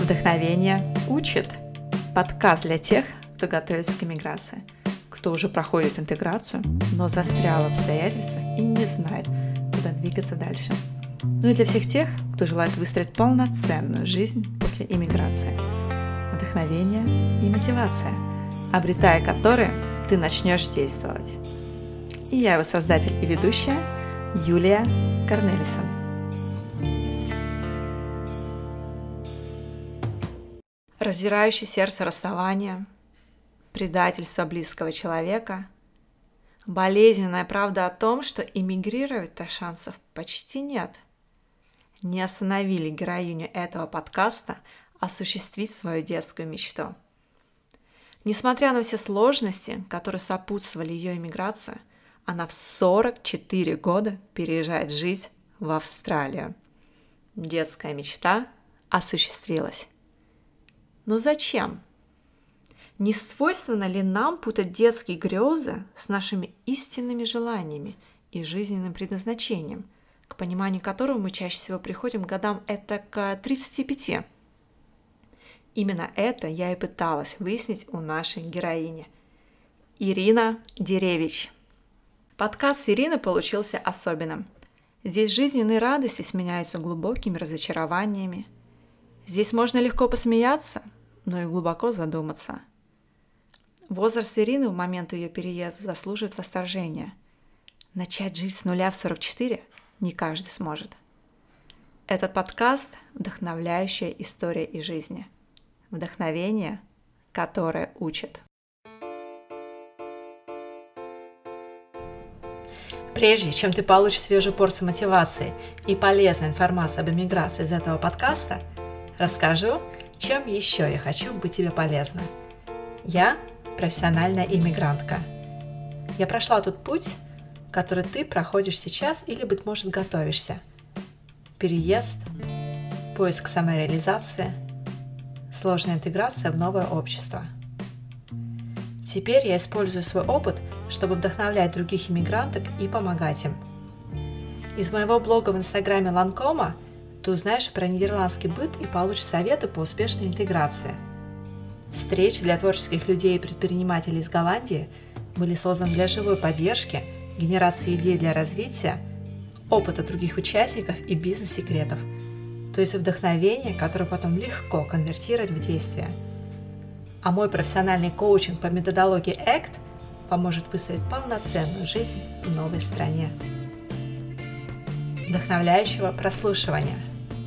Вдохновение учит. Подкаст для тех, кто готовится к эмиграции, кто уже проходит интеграцию, но застрял в обстоятельствах и не знает, куда двигаться дальше. Ну и для всех тех, кто желает выстроить полноценную жизнь после эмиграции. Вдохновение и мотивация, обретая которые ты начнешь действовать. И я его создатель и ведущая Юлия Корнелисон. Раздирающее сердце расставание, предательство близкого человека, болезненная правда о том, что эмигрировать-то шансов почти нет, не остановили героиню этого подкаста осуществить свою детскую мечту. Несмотря на все сложности, которые сопутствовали ее эмиграцию, она в 44 года переезжает жить в Австралию. Детская мечта осуществилась. Но зачем? Не свойственно ли нам путать детские грезы с нашими истинными желаниями и жизненным предназначением, к пониманию которого мы чаще всего приходим к годам к 35? Именно это я и пыталась выяснить у нашей героини. Ирина Деревич. Подкаст Ирины получился особенным. Здесь жизненные радости сменяются глубокими разочарованиями. Здесь можно легко посмеяться, но и глубоко задуматься. Возраст Ирины в момент ее переезда заслуживает восторжения. Начать жить с нуля в 44 не каждый сможет. Этот подкаст – вдохновляющая история из жизни. Вдохновение, которое учит. Прежде чем ты получишь свежую порцию мотивации и полезной информации об эмиграции из этого подкаста, расскажу, чем еще я хочу быть тебе полезна. Я профессиональная иммигрантка. Я прошла тот путь, который ты проходишь сейчас или, быть может, готовишься. Переезд, поиск самореализации, сложная интеграция в новое общество. Теперь я использую свой опыт, чтобы вдохновлять других иммигранток и помогать им. Из моего блога в инстаграме Ланкома ты узнаешь про нидерландский быт и получишь советы по успешной интеграции. Встречи для творческих людей и предпринимателей из Голландии были созданы для живой поддержки, генерации идей для развития, опыта других участников и бизнес-секретов, то есть вдохновение, которое потом легко конвертировать в действие. А мой профессиональный коучинг по методологии ACT поможет выстроить полноценную жизнь в новой стране. Вдохновляющего прослушивания.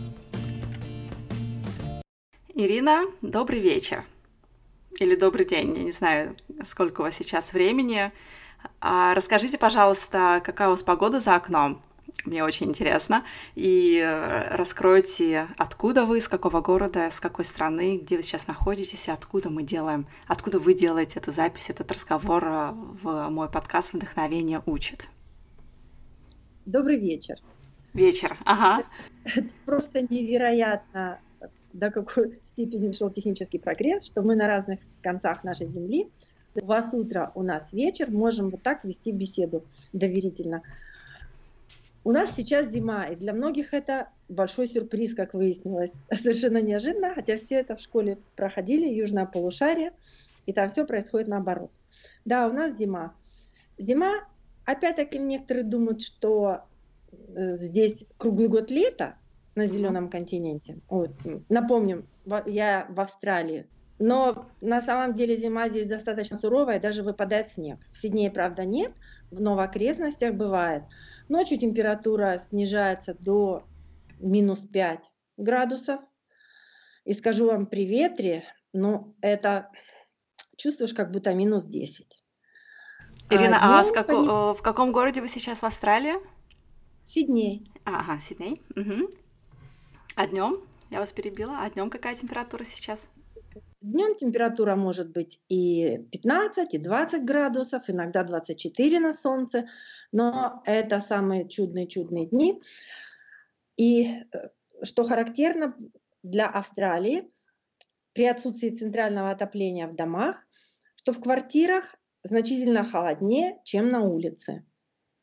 Ирина, добрый вечер. Или добрый день, я не знаю, сколько у вас сейчас времени. Расскажите, пожалуйста, какая у вас погода за окном? Мне очень интересно. И раскройте, откуда вы, с какого города, с какой страны, где вы сейчас находитесь, и откуда вы делаете эту запись, этот разговор в мой подкаст «Вдохновение учит». Добрый вечер. Вечер, ага. Это просто невероятно, до какой степени шел технический прогресс, что мы на разных концах нашей Земли. У вас утро, у нас вечер, можем вот так вести беседу доверительно. У нас сейчас зима, и для многих это большой сюрприз, как выяснилось, совершенно неожиданно, хотя все это в школе проходили, южное полушарие, и там все происходит наоборот. Да, у нас зима. Зима, опять-таки, некоторые думают, что здесь круглый год лето на зеленом континенте. Вот, напомним, я в Австралии, но на самом деле зима здесь достаточно суровая, даже выпадает снег. В Сиднее, правда, нет, но в окрестностях бывает. Ночью температура снижается до минус 5 градусов. И скажу вам, при ветре, это чувствуешь, как будто минус 10. Ирина, в каком городе вы сейчас в Австралии? Сидней. Ага, Сидней. Угу. А днем? Я вас перебила. А днем какая температура сейчас? Днем температура может быть и 15, и 20 градусов, иногда 24 на солнце, но это самые чудные дни. И что характерно для Австралии, при отсутствии центрального отопления в домах, что в квартирах значительно холоднее, чем на улице.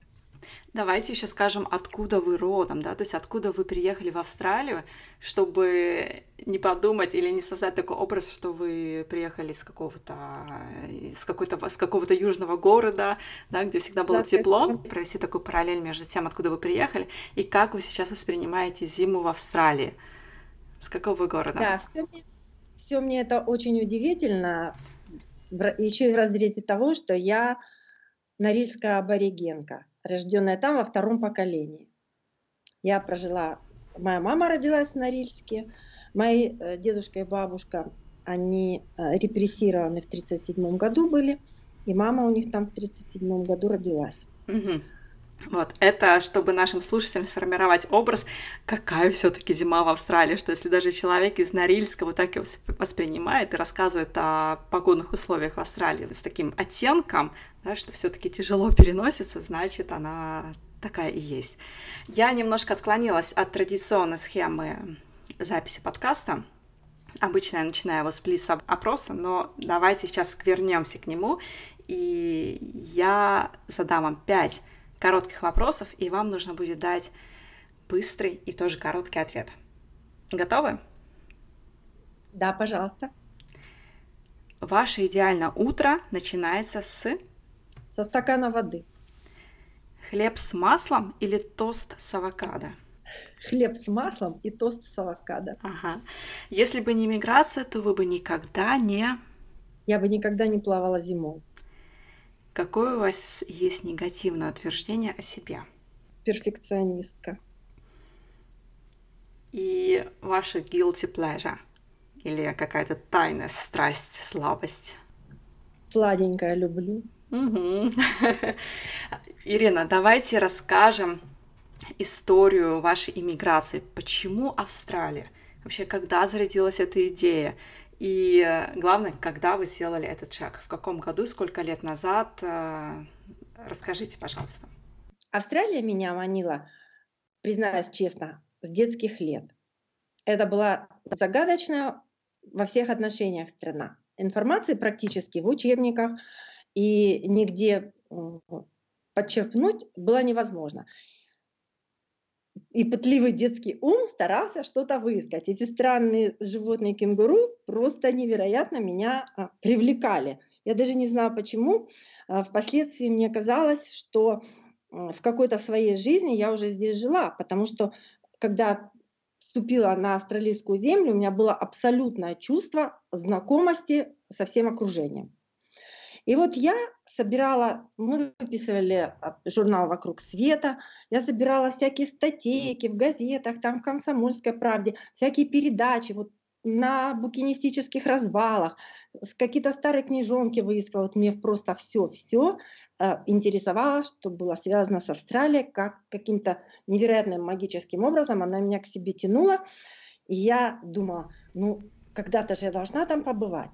Давайте еще скажем, откуда вы родом, да, то есть откуда вы приехали в Австралию, чтобы не подумать или не создать такой образ, что вы приехали с какого-то южного города, да, где всегда было тепло, провести такую параллель между тем, откуда вы приехали, и как вы сейчас воспринимаете зиму в Австралии. С какого вы города? Да, все мне это очень удивительно, еще и в разрезе того, что я норильская аборигенка, рожденная там во втором поколении. Моя мама родилась в Норильске, мои дедушка и бабушка, они репрессированы в 1937 году были, и мама у них там в 1937 году родилась. Угу. Вот, это чтобы нашим слушателям сформировать образ, какая все-таки зима в Австралии, что если даже человек из Норильска вот так его воспринимает и рассказывает о погодных условиях в Австралии с таким оттенком, да, что все-таки тяжело переносится, значит, она такая и есть. Я немножко отклонилась от традиционной схемы записи подкаста. Обычно я начинаю его с блиц-опроса, но давайте сейчас вернемся к нему, и я задам вам 5 коротких вопросов, и вам нужно будет дать быстрый и тоже короткий ответ. Готовы? Да, пожалуйста. Ваше идеальное утро начинается Со стакана воды. Хлеб с маслом или тост с авокадо? Хлеб с маслом и тост с авокадо. Ага. Если бы не миграция, то вы бы никогда не... Я бы никогда не плавала зимой. Какое у вас есть негативное утверждение о себе? Перфекционистка. И ваша guilty pleasure? Или какая-то тайная страсть, слабость? Сладенькое люблю. Угу. Ирина, давайте расскажем историю вашей иммиграции. Почему Австралия? Вообще, когда зародилась эта идея? И главное, когда вы сделали этот шаг? В каком году, сколько лет назад? Расскажите, пожалуйста. Австралия меня манила, признаюсь честно, с детских лет. Это была загадочная во всех отношениях страна. Информации практически в учебниках и нигде подчеркнуть было невозможно. И пытливый детский ум старался что-то выискать. Эти странные животные кенгуру просто невероятно меня привлекали. Я даже не знаю почему. Впоследствии мне казалось, что в какой-то своей жизни я уже здесь жила, потому что когда вступила на австралийскую землю, у меня было абсолютное чувство знакомости со всем окружением. И вот мы выписывали журнал «Вокруг света», я собирала всякие статейки в газетах, там в «Комсомольской правде», всякие передачи вот на букинистических развалах, какие-то старые книжонки выискала. Вот мне просто все интересовало, что было связано с Австралией, как каким-то невероятным магическим образом она меня к себе тянула. И я думала, когда-то же я должна там побывать.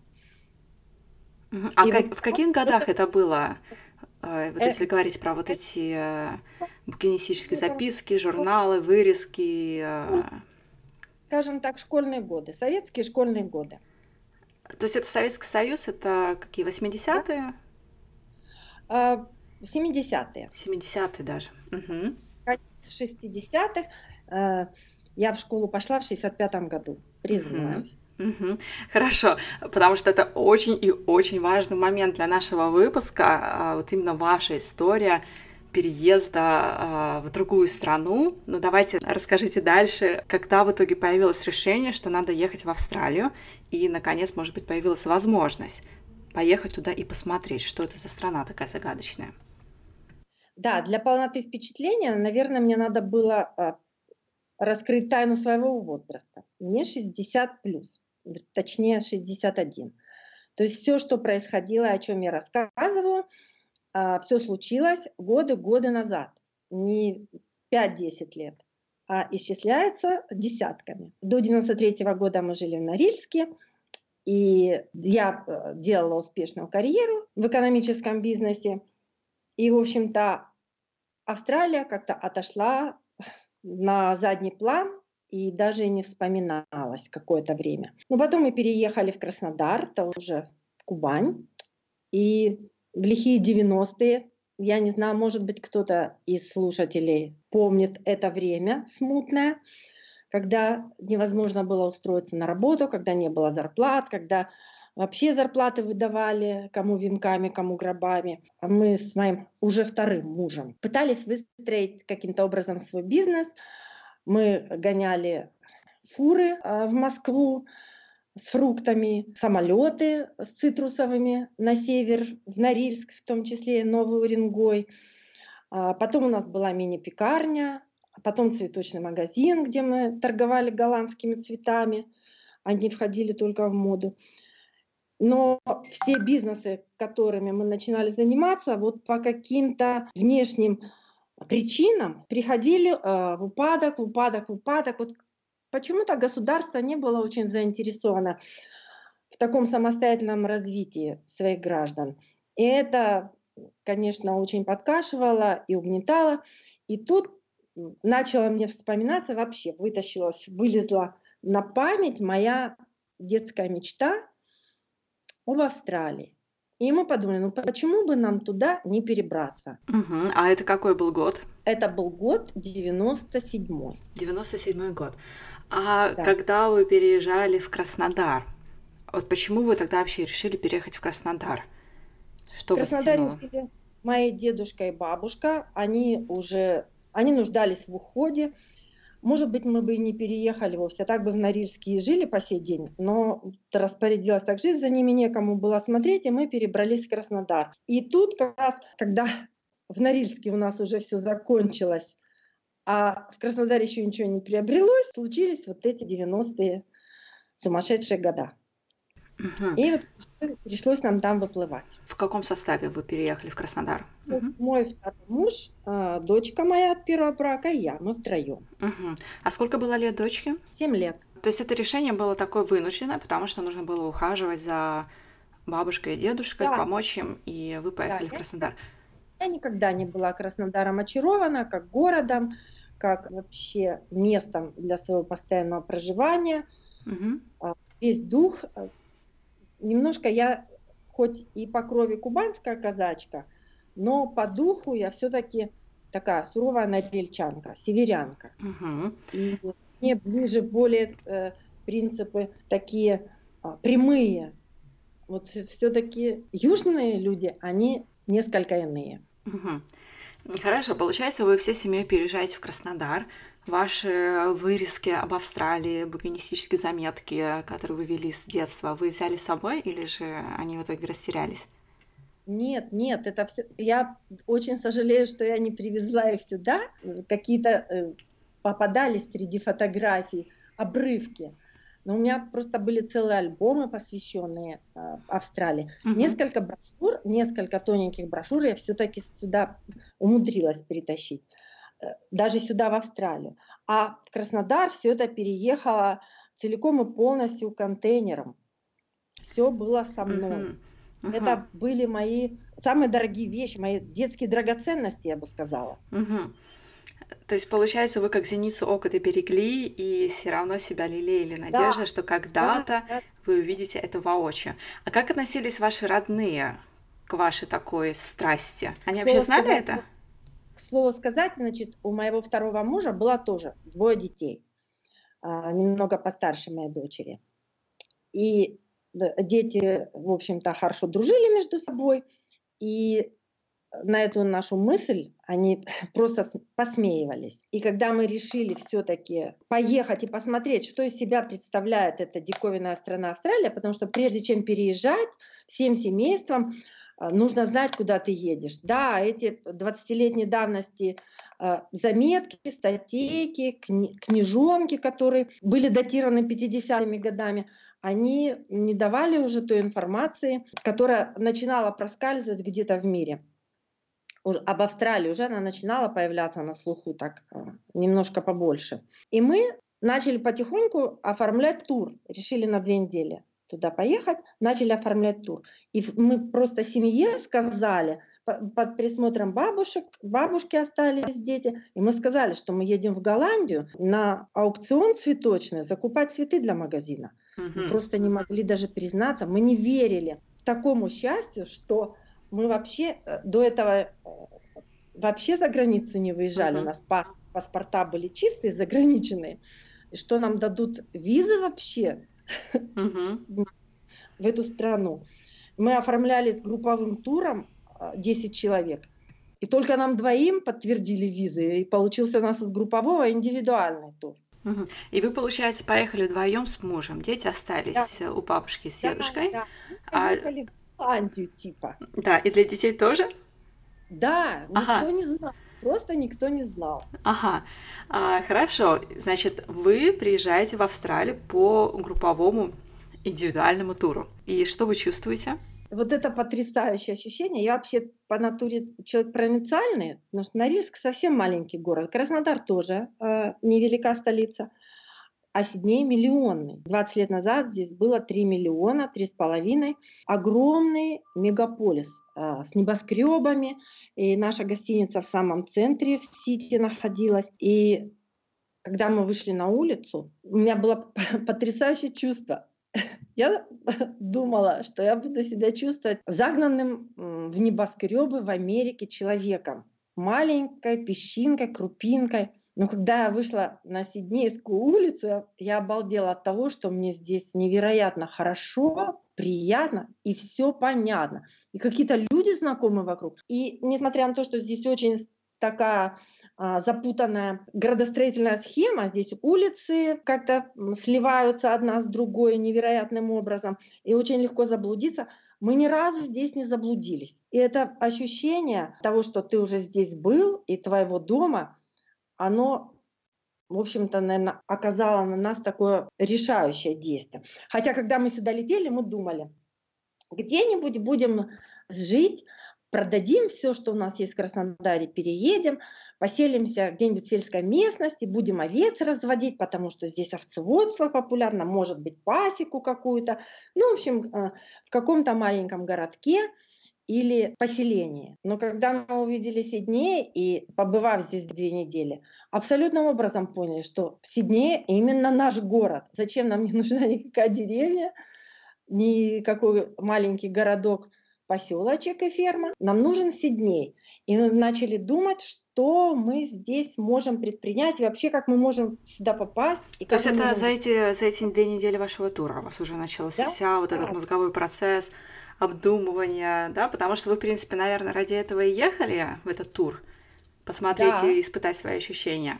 А в каких годах это было? Вот если говорить про вот эти букинистические записки, журналы, вырезки. Скажем так, школьные годы, советские школьные годы. То есть это Советский Союз, это какие, 80-е? 70-е. 70-е даже. Угу. В 60-х. Я в школу пошла в 65-м году, признаюсь. Угу. Хорошо, потому что это очень и очень важный момент для нашего выпуска, вот именно ваша история переезда в другую страну. Ну, давайте расскажите дальше, когда в итоге появилось решение, что надо ехать в Австралию, и, наконец, может быть, появилась возможность поехать туда и посмотреть, что это за страна такая загадочная. Да, для полноты впечатления, наверное, мне надо было раскрыть тайну своего возраста. Мне 60+, точнее 61. То есть все, что происходило, о чем я рассказываю, все случилось годы назад. Не 5-10 лет, а исчисляется десятками. До 93-го года мы жили в Норильске, и я делала успешную карьеру в экономическом бизнесе. И, в общем-то, Австралия как-то отошла на задний план и даже не вспоминалась какое-то время. Но потом мы переехали в Краснодар, это уже Кубань. И в лихие 90-е Я не знаю, может быть, кто-то из слушателей помнит это время смутное, когда невозможно было устроиться на работу, когда не было зарплат, когда вообще зарплаты выдавали кому венками, кому гробами. А мы с моим уже вторым мужем пытались выстроить каким-то образом свой бизнес. Мы гоняли фуры в Москву с фруктами, самолеты с цитрусовыми на север, в Норильск, в том числе Новый Уренгой. Потом у нас была мини-пекарня, а потом цветочный магазин, где мы торговали голландскими цветами. Они входили только в моду. Но все бизнесы, которыми мы начинали заниматься, вот по каким-то внешним причинам приходили в упадок, в упадок, в упадок. Вот почему-то государство не было очень заинтересовано в таком самостоятельном развитии своих граждан. И это, конечно, очень подкашивало и угнетало. И тут начала мне вспоминаться вообще, вылезла на память моя детская мечта об Австралии. И мы подумали, ну почему бы нам туда не перебраться? Мгм. А это какой был год? Это был год 97-й. 97-й год. А Да. когда вы переезжали в Краснодар, вот почему вы тогда вообще решили переехать в Краснодар? В Что вас Краснодаре тянуло? жили мои дедушка и бабушка. Они нуждались в уходе. Может быть, мы бы и не переехали вовсе, а так бы в Норильске и жили по сей день. Но распорядилась так жизнь, за ними некому было смотреть, и мы перебрались в Краснодар. И тут как раз, когда в Норильске у нас уже все закончилось, а в Краснодаре еще ничего не приобрелось, случились вот эти 90-е сумасшедшие года. Мгм. И вот пришлось нам там выплывать. В каком составе вы переехали в Краснодар? Мгм. Мой второй муж, дочка моя от первого брака и я, мы втроем. Мгм. А сколько было лет дочке? 7 лет. То есть это решение было такое вынужденное, потому что нужно было ухаживать за бабушкой и дедушкой, Да, помочь им, и вы да, поехали в Краснодар. я никогда не была Краснодаром очарована, как городом, как вообще местом для своего постоянного проживания. Мгм. Весь дух. Немножко я хоть и по крови кубанская казачка, но по духу я все-таки такая суровая норильчанка, северянка. Мгм. И мне ближе более принципы такие прямые. Вот все-таки южные люди, они несколько иные. Мгм. Хорошо, получается, вы всей семьей переезжаете в Краснодар. Ваши вырезки об Австралии, букинистические заметки, которые вы вели с детства, вы взяли с собой или же они в итоге растерялись? Нет, нет, это все. Я очень сожалею, что я не привезла их сюда. Какие-то попадались среди фотографий обрывки. Но у меня просто были целые альбомы, посвященные Австралии. Мгм. Несколько брошюр, несколько тоненьких брошюр я все-таки сюда умудрилась перетащить. Даже сюда, в Австралию. А в Краснодар все это переехало целиком и полностью контейнером. Все было со мной. Мгм. Мгм. Это были мои самые дорогие вещи, мои детские драгоценности, я бы сказала. Мгм. То есть, получается, вы как зеницу ока это берегли и все равно себя лелеяли Да, надежда, что да, когда-то да. вы увидите это воочию. А как относились ваши родные к вашей такой страсти? К Они вообще слову знали сказать, это? к слову сказать, значит, у моего второго мужа было тоже 2 детей, немного постарше моей дочери. И дети, в общем-то, хорошо дружили между собой, и на эту нашу мысль они просто посмеивались. И когда мы решили все-таки поехать и посмотреть, что из себя представляет эта диковинная страна Австралия, потому что прежде чем переезжать всем семейством, нужно знать, куда ты едешь. Да, эти 20-летней давности заметки, статейки, книжонки, которые были датированы 50-ми годами, они не давали уже той информации, которая начинала проскальзывать где-то в мире. Об Австралии уже она начинала появляться на слуху так немножко побольше. И мы начали потихоньку оформлять тур. Решили на 2 недели туда поехать, начали оформлять тур. И мы просто семье сказали, под присмотром бабушек, бабушки остались дети, и мы сказали, что мы едем в Голландию на аукцион цветочный закупать цветы для магазина. Мы Мгм. просто не могли даже признаться, мы не верили такому счастью, что мы вообще до этого вообще за границу не выезжали, у Мгм. нас паспорта были чистые, заграниченные. И что нам дадут визы вообще Мгм. в эту страну? Мы оформлялись групповым туром 10 человек. И только нам двоим подтвердили визы, и получился у нас из группового индивидуальный тур. Мгм. И вы, получается, поехали вдвоем с мужем. Дети Да, остались у бабушки с да, дедушкой. да. Мы А, поехали в Голландию типа. да, и для детей тоже? Да, Ага, никто не знал, просто никто не знал. ага. Хорошо. Значит, вы приезжаете в Австралию по групповому индивидуальному туру. И что вы чувствуете? Вот это потрясающее ощущение. Я вообще по натуре человек провинциальный, потому что Норильск совсем маленький город. Краснодар тоже невелика столица, а Сидней миллионный. 20 лет назад здесь было 3 миллиона, 3,5. Огромный мегаполис с небоскребами. И наша гостиница в самом центре, в Сити находилась. И когда мы вышли на улицу, у меня было потрясающее чувство. Я думала, что я буду себя чувствовать загнанным в небоскребы в Америке человеком. Маленькой песчинкой, крупинкой. Но когда я вышла на Сиднейскую улицу, я обалдела от того, что мне здесь невероятно хорошо, приятно и все понятно. И какие-то люди знакомые вокруг. И несмотря на то, что здесь очень такая запутанная градостроительная схема. Здесь улицы как-то сливаются одна с другой невероятным образом, и очень легко заблудиться. Мы ни разу здесь не заблудились. И это ощущение того, что ты уже здесь был, и твоего дома, оно, в общем-то, наверное, оказало на нас такое решающее действие. Хотя, когда мы сюда летели, мы думали, где-нибудь будем жить, продадим все, что у нас есть в Краснодаре, переедем, поселимся где-нибудь в сельской местности, будем овец разводить, потому что здесь овцеводство популярно, может быть, пасеку какую-то. Ну, в общем, в каком-то маленьком городке или поселении. Но когда мы увидели Сидней и, побывав здесь 2 недели, абсолютным образом поняли, что в Сиднее именно наш город. Зачем нам не нужна никакая деревня, никакой маленький городок, поселочек и ферма. Нам нужен Сидней. И мы начали думать, что мы здесь можем предпринять, и вообще, как мы можем сюда попасть, и То как есть мы это можем... за эти 2 недели вашего тура у вас уже Да, начался вот этот да, мозговой процесс обдумывания, да? Потому что вы, в принципе, наверное, ради этого и ехали в этот тур, посмотреть да. и испытать свои ощущения,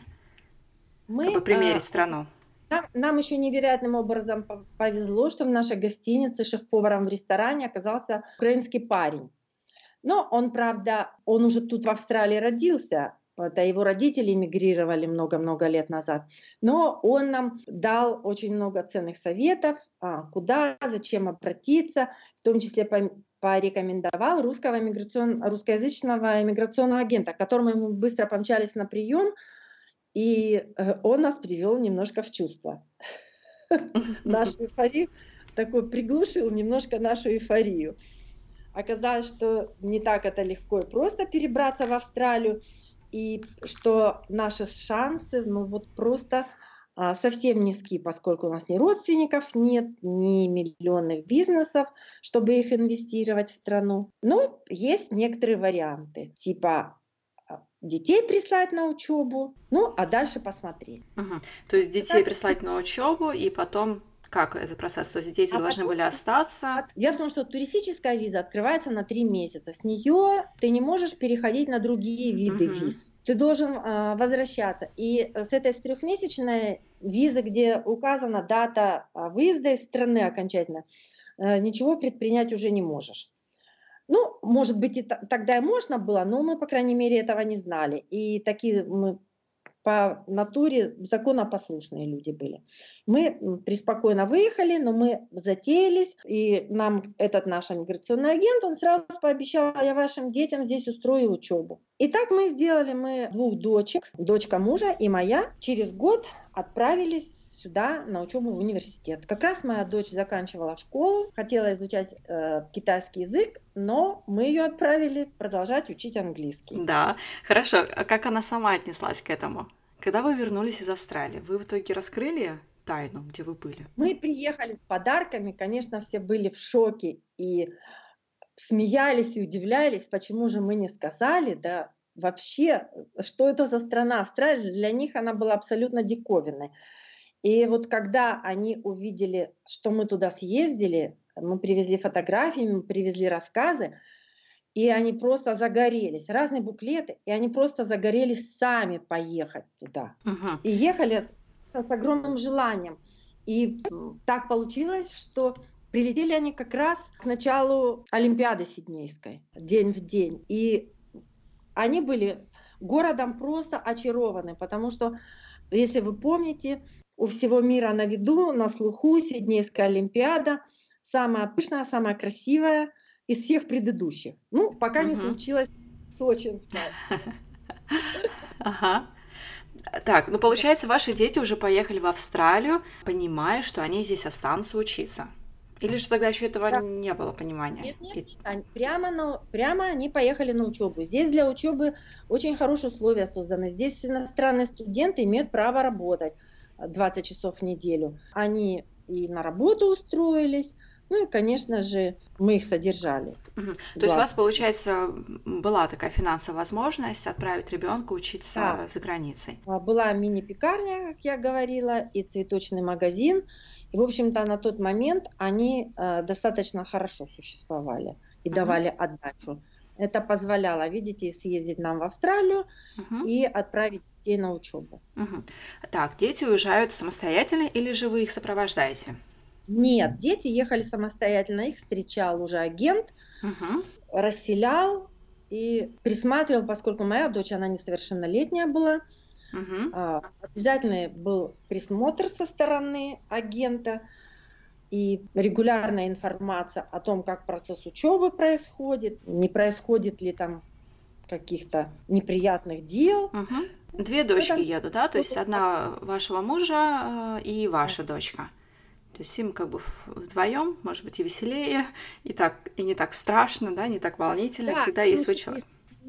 как бы Мы, примерить страну. нам еще невероятным образом повезло, что в нашей гостинице шеф-поваром в ресторане оказался украинский парень. Но он, правда, он уже тут в Австралии родился, это его родители эмигрировали много-много лет назад. Но он нам дал очень много ценных советов, куда, зачем обратиться, в том числе порекомендовал русскоязычного иммиграционного агента, к которому мы быстро помчались на прием, и он нас привел немножко в чувство. Нашу эйфорию, такой приглушил немножко нашу эйфорию. Оказалось, что не так это легко и просто перебраться в Австралию, и что наши шансы, ну вот просто совсем низки, поскольку у нас ни родственников нет, ни миллионных бизнесов, чтобы их инвестировать в страну. Но есть некоторые варианты, типа детей прислать на учебу, ну а дальше посмотреть. Мгм. То есть детей прислать на учебу, и потом как этот процесс? То есть дети А должны потом были остаться. дело в том, что туристическая виза открывается на 3 месяца. С нее ты не можешь переходить на другие виды Мгм. виз. Ты должен возвращаться. И с этой трехмесячной визы, где указана дата выезда из страны окончательно, ничего предпринять уже не можешь. Ну, может быть, и тогда и можно было, но мы, по крайней мере, этого не знали. И такие мы по натуре законопослушные люди были. Мы преспокойно выехали, но мы затеялись, и нам этот наш миграционный агент, он сразу пообещал: я вашим детям здесь устрою учебу. И так мы сделали, мы 2 дочек, дочка мужа и моя, через год отправились сюда на учебу в университет. Как раз моя дочь заканчивала школу, хотела изучать китайский язык, но мы ее отправили продолжать учить английский. Да, хорошо. А как она сама отнеслась к этому? Когда вы вернулись из Австралии, вы в итоге раскрыли тайну, где вы были? Мы приехали с подарками, конечно, все были в шоке и смеялись и удивлялись, почему же мы не сказали, да, вообще, что это за страна. Австралия для них она была абсолютно диковинной. И вот когда они увидели, что мы туда съездили, мы привезли фотографии, мы привезли рассказы, и они просто загорелись. Разные буклеты, и они просто загорелись сами поехать туда. Мгм. И ехали с огромным желанием. И так получилось, что прилетели они как раз к началу Олимпиады Сиднейской, день в день. И они были городом просто очарованы, потому что, если вы помните, у всего мира на виду, на слуху Сиднейская Олимпиада, самая пышная, самая красивая из всех предыдущих. Ну, пока не Мгм. случилось сочинская. Ага. Так, ну получается, ваши дети уже поехали в Австралию, понимая, что они здесь останутся учиться. Или же тогда еще этого Да. не было понимания? Нет, нет, прямо они поехали на учебу. Здесь для учебы очень хорошие условия созданы. Здесь иностранные студенты имеют право работать 20 часов в неделю. Они и на работу устроились, ну и, конечно же, мы их содержали. Мгм. То есть у вас, Главное. получается, была такая финансовая возможность отправить ребенка Да, учиться за границей. была мини-пекарня, как я говорила, и цветочный магазин. И, в общем-то, на тот момент они достаточно хорошо существовали и Мгм. давали отдачу. Это позволяло, видите, съездить нам в Австралию Мгм. и отправить детей на учебу. Мгм. Так, дети уезжают самостоятельно или же вы их сопровождаете? Нет, дети ехали самостоятельно, их встречал уже агент, Мгм. расселял и присматривал, поскольку моя дочь, она несовершеннолетняя была. Мгм. Обязательный был присмотр со стороны агента и регулярная информация о том, как процесс учебы происходит, не происходит ли там каких-то неприятных дел. Мгм. Две В дочки этом едут, да? То есть одна вашего мужа и да. ваша дочка. То есть им как бы вдвоем, может быть, и веселее, и так, и не так страшно, да, не так волнительно. Да, Всегда есть свой человек.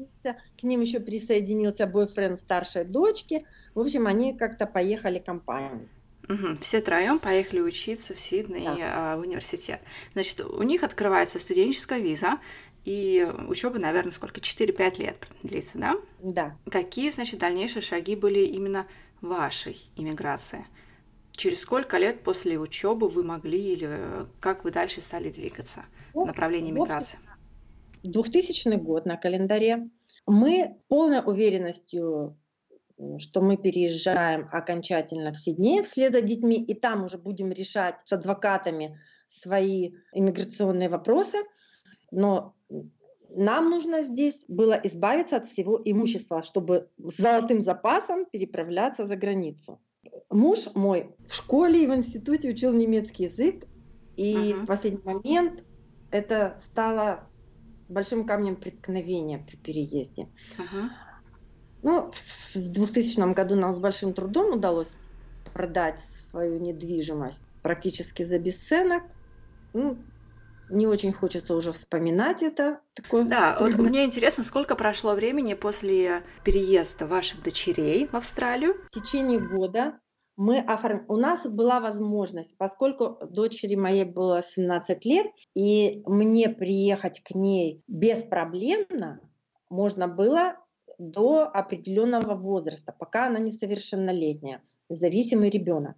к ним еще присоединился бойфренд старшей дочки. В общем, они как-то поехали компанией. Мгм. Все троем поехали учиться в Да, Сидней, в университет. Значит, у них открывается студенческая виза, и учеба, наверное, сколько? 4-5 лет длится, да? да. Какие, значит, дальнейшие шаги были именно вашей иммиграции? Через сколько лет после учебы вы могли или как вы дальше стали двигаться в Ну, направлении в общем, миграции? 2000 год на календаре. Мы с полной уверенностью, что мы переезжаем окончательно в Сидней вслед за детьми, и там уже будем решать с адвокатами свои иммиграционные вопросы. Но нам нужно здесь было избавиться от всего имущества, чтобы с золотым запасом переправляться за границу. Муж мой в школе и в институте учил немецкий язык, и в Мгм. последний момент это стало большим камнем преткновения при переезде. Мгм. Ну, в 2000 году нам с большим трудом удалось продать свою недвижимость практически за бесценок. Ну, не очень хочется уже вспоминать это, такое Да, вот трудное. мне интересно, сколько прошло времени после переезда ваших дочерей в Австралию? В течение года у нас была возможность, поскольку дочери моей было 17 лет, и мне приехать к ней беспроблемно можно было до определенного возраста, пока она несовершеннолетняя, зависимый ребенок.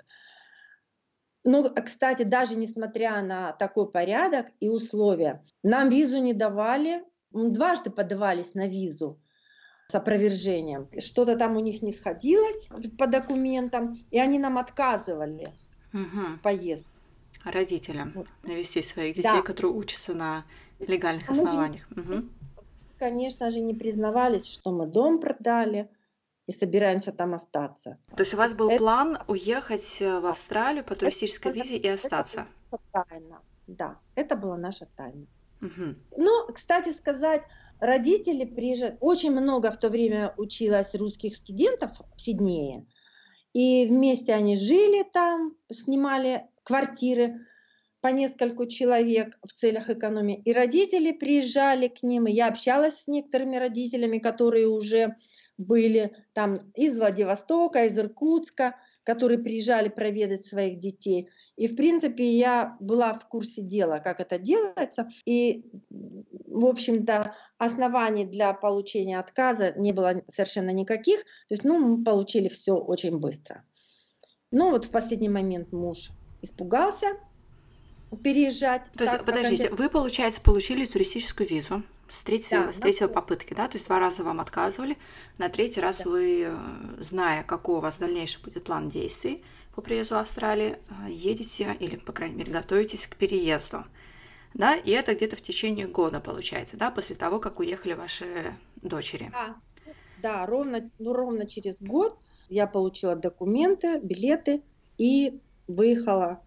Ну, кстати, даже несмотря на такой порядок и условия, нам визу не давали. Дважды подавались на визу с опровержением. Что-то там у них не сходилось по документам, и они нам отказывали Мгм. в поездке. Родителям Вот. навестить своих детей, Да, которые учатся на легальных а мы же, основаниях. Мгм. конечно же, не признавались, что мы дом продали и собираемся там остаться. То есть у То вас есть был план уехать в Австралию по это, туристической визе и это была остаться? наша тайна. Да, это была наша тайна. Мгм. Ну, кстати сказать, родители приезжают. Очень много в то время училось русских студентов в Сиднее. И вместе они жили там, снимали квартиры по нескольку человек в целях экономии. И родители приезжали к ним, и я общалась с некоторыми родителями, которые уже были там из Владивостока, из Иркутска. которые приезжали проведать своих детей. И, в принципе, я была в курсе дела, как это делается. И, в общем-то, оснований для получения отказа не было совершенно никаких. То есть, мы получили все очень быстро. Но вот в последний момент муж испугался переезжать. То есть, подождите, вы, получается, получили туристическую визу с третьей попытки, да? То есть 2 раза вам отказывали, на 3-й раз вы, зная, какой у вас дальнейший будет план действий по приезду в Австралию, едете или, по крайней мере, готовитесь к переезду, да? И это где-то в течение года получается, да, после того, как уехали ваши дочери. Да, ровно через год я получила документы, билеты и выехала.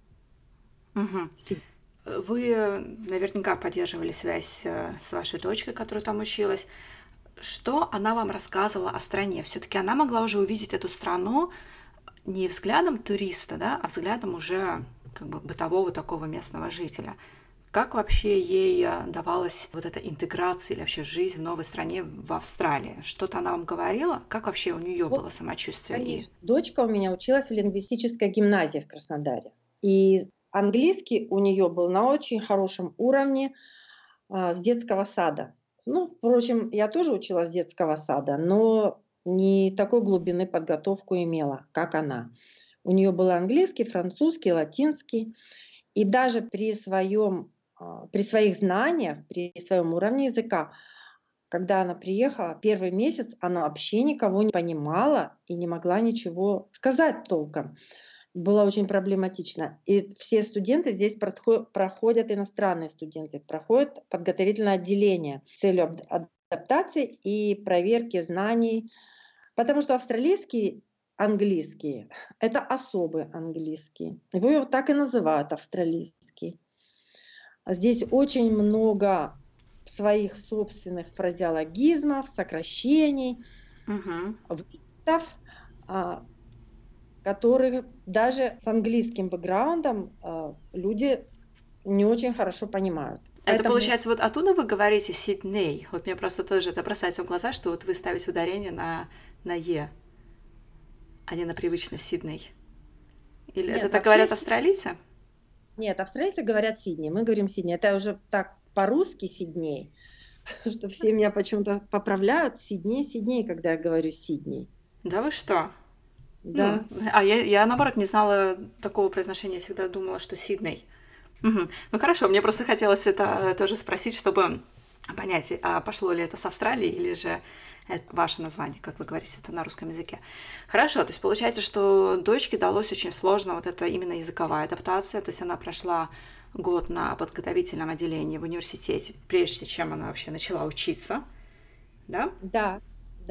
Вы наверняка поддерживали связь с вашей дочкой, которая там училась. Что она вам рассказывала о стране? Все-таки она могла уже увидеть эту страну не взглядом туриста, да, а взглядом уже как бы бытового такого местного жителя. Как вообще ей давалась вот эта интеграция или вообще жизнь в новой стране в Австралии? Что-то она вам говорила? Как вообще у нее было самочувствие? Конечно. Дочка у меня училась в лингвистической гимназии в Краснодаре. И английский у нее был на очень хорошем уровне с детского сада. Впрочем, я тоже училась с детского сада, но не такой глубины подготовку имела, как она. У нее был английский, французский, латинский. И даже при своих знаниях, при своем уровне языка, когда она приехала, первый месяц она вообще никого не понимала и не могла ничего сказать толком. Было очень проблематично. И все студенты здесь проходят, иностранные студенты, проходят подготовительное отделение с целью адаптации и проверки знаний. Потому что австралийский английский – это особый английский. Его так и называют австралийский. Здесь очень много своих собственных фразеологизмов, сокращений, вызов, которые даже с английским бэкграундом люди не очень хорошо понимают. Это получается, вот оттуда вы говорите Сидней. Вот мне просто тоже это бросается в глаза, что вот вы ставите ударение на «е», а не на привычный Сидней. Или Нет, это так говорят австралийцы? Нет, австралийцы говорят Сидней, мы говорим Сидней. Это уже так по-русски Сидней, что все меня почему-то поправляют. Сидней, когда я говорю Сидней. Да вы что? Да. А я наоборот не знала такого произношения, всегда думала, что Сидней. Ну хорошо, мне просто хотелось это тоже спросить, чтобы понять, а пошло ли это с Австралии или же это ваше название, как вы говорите, это на русском языке. Хорошо, то есть получается, что дочке далось очень сложно вот это именно языковая адаптация, то есть она прошла год на подготовительном отделении в университете, прежде чем она вообще начала учиться, да? Да.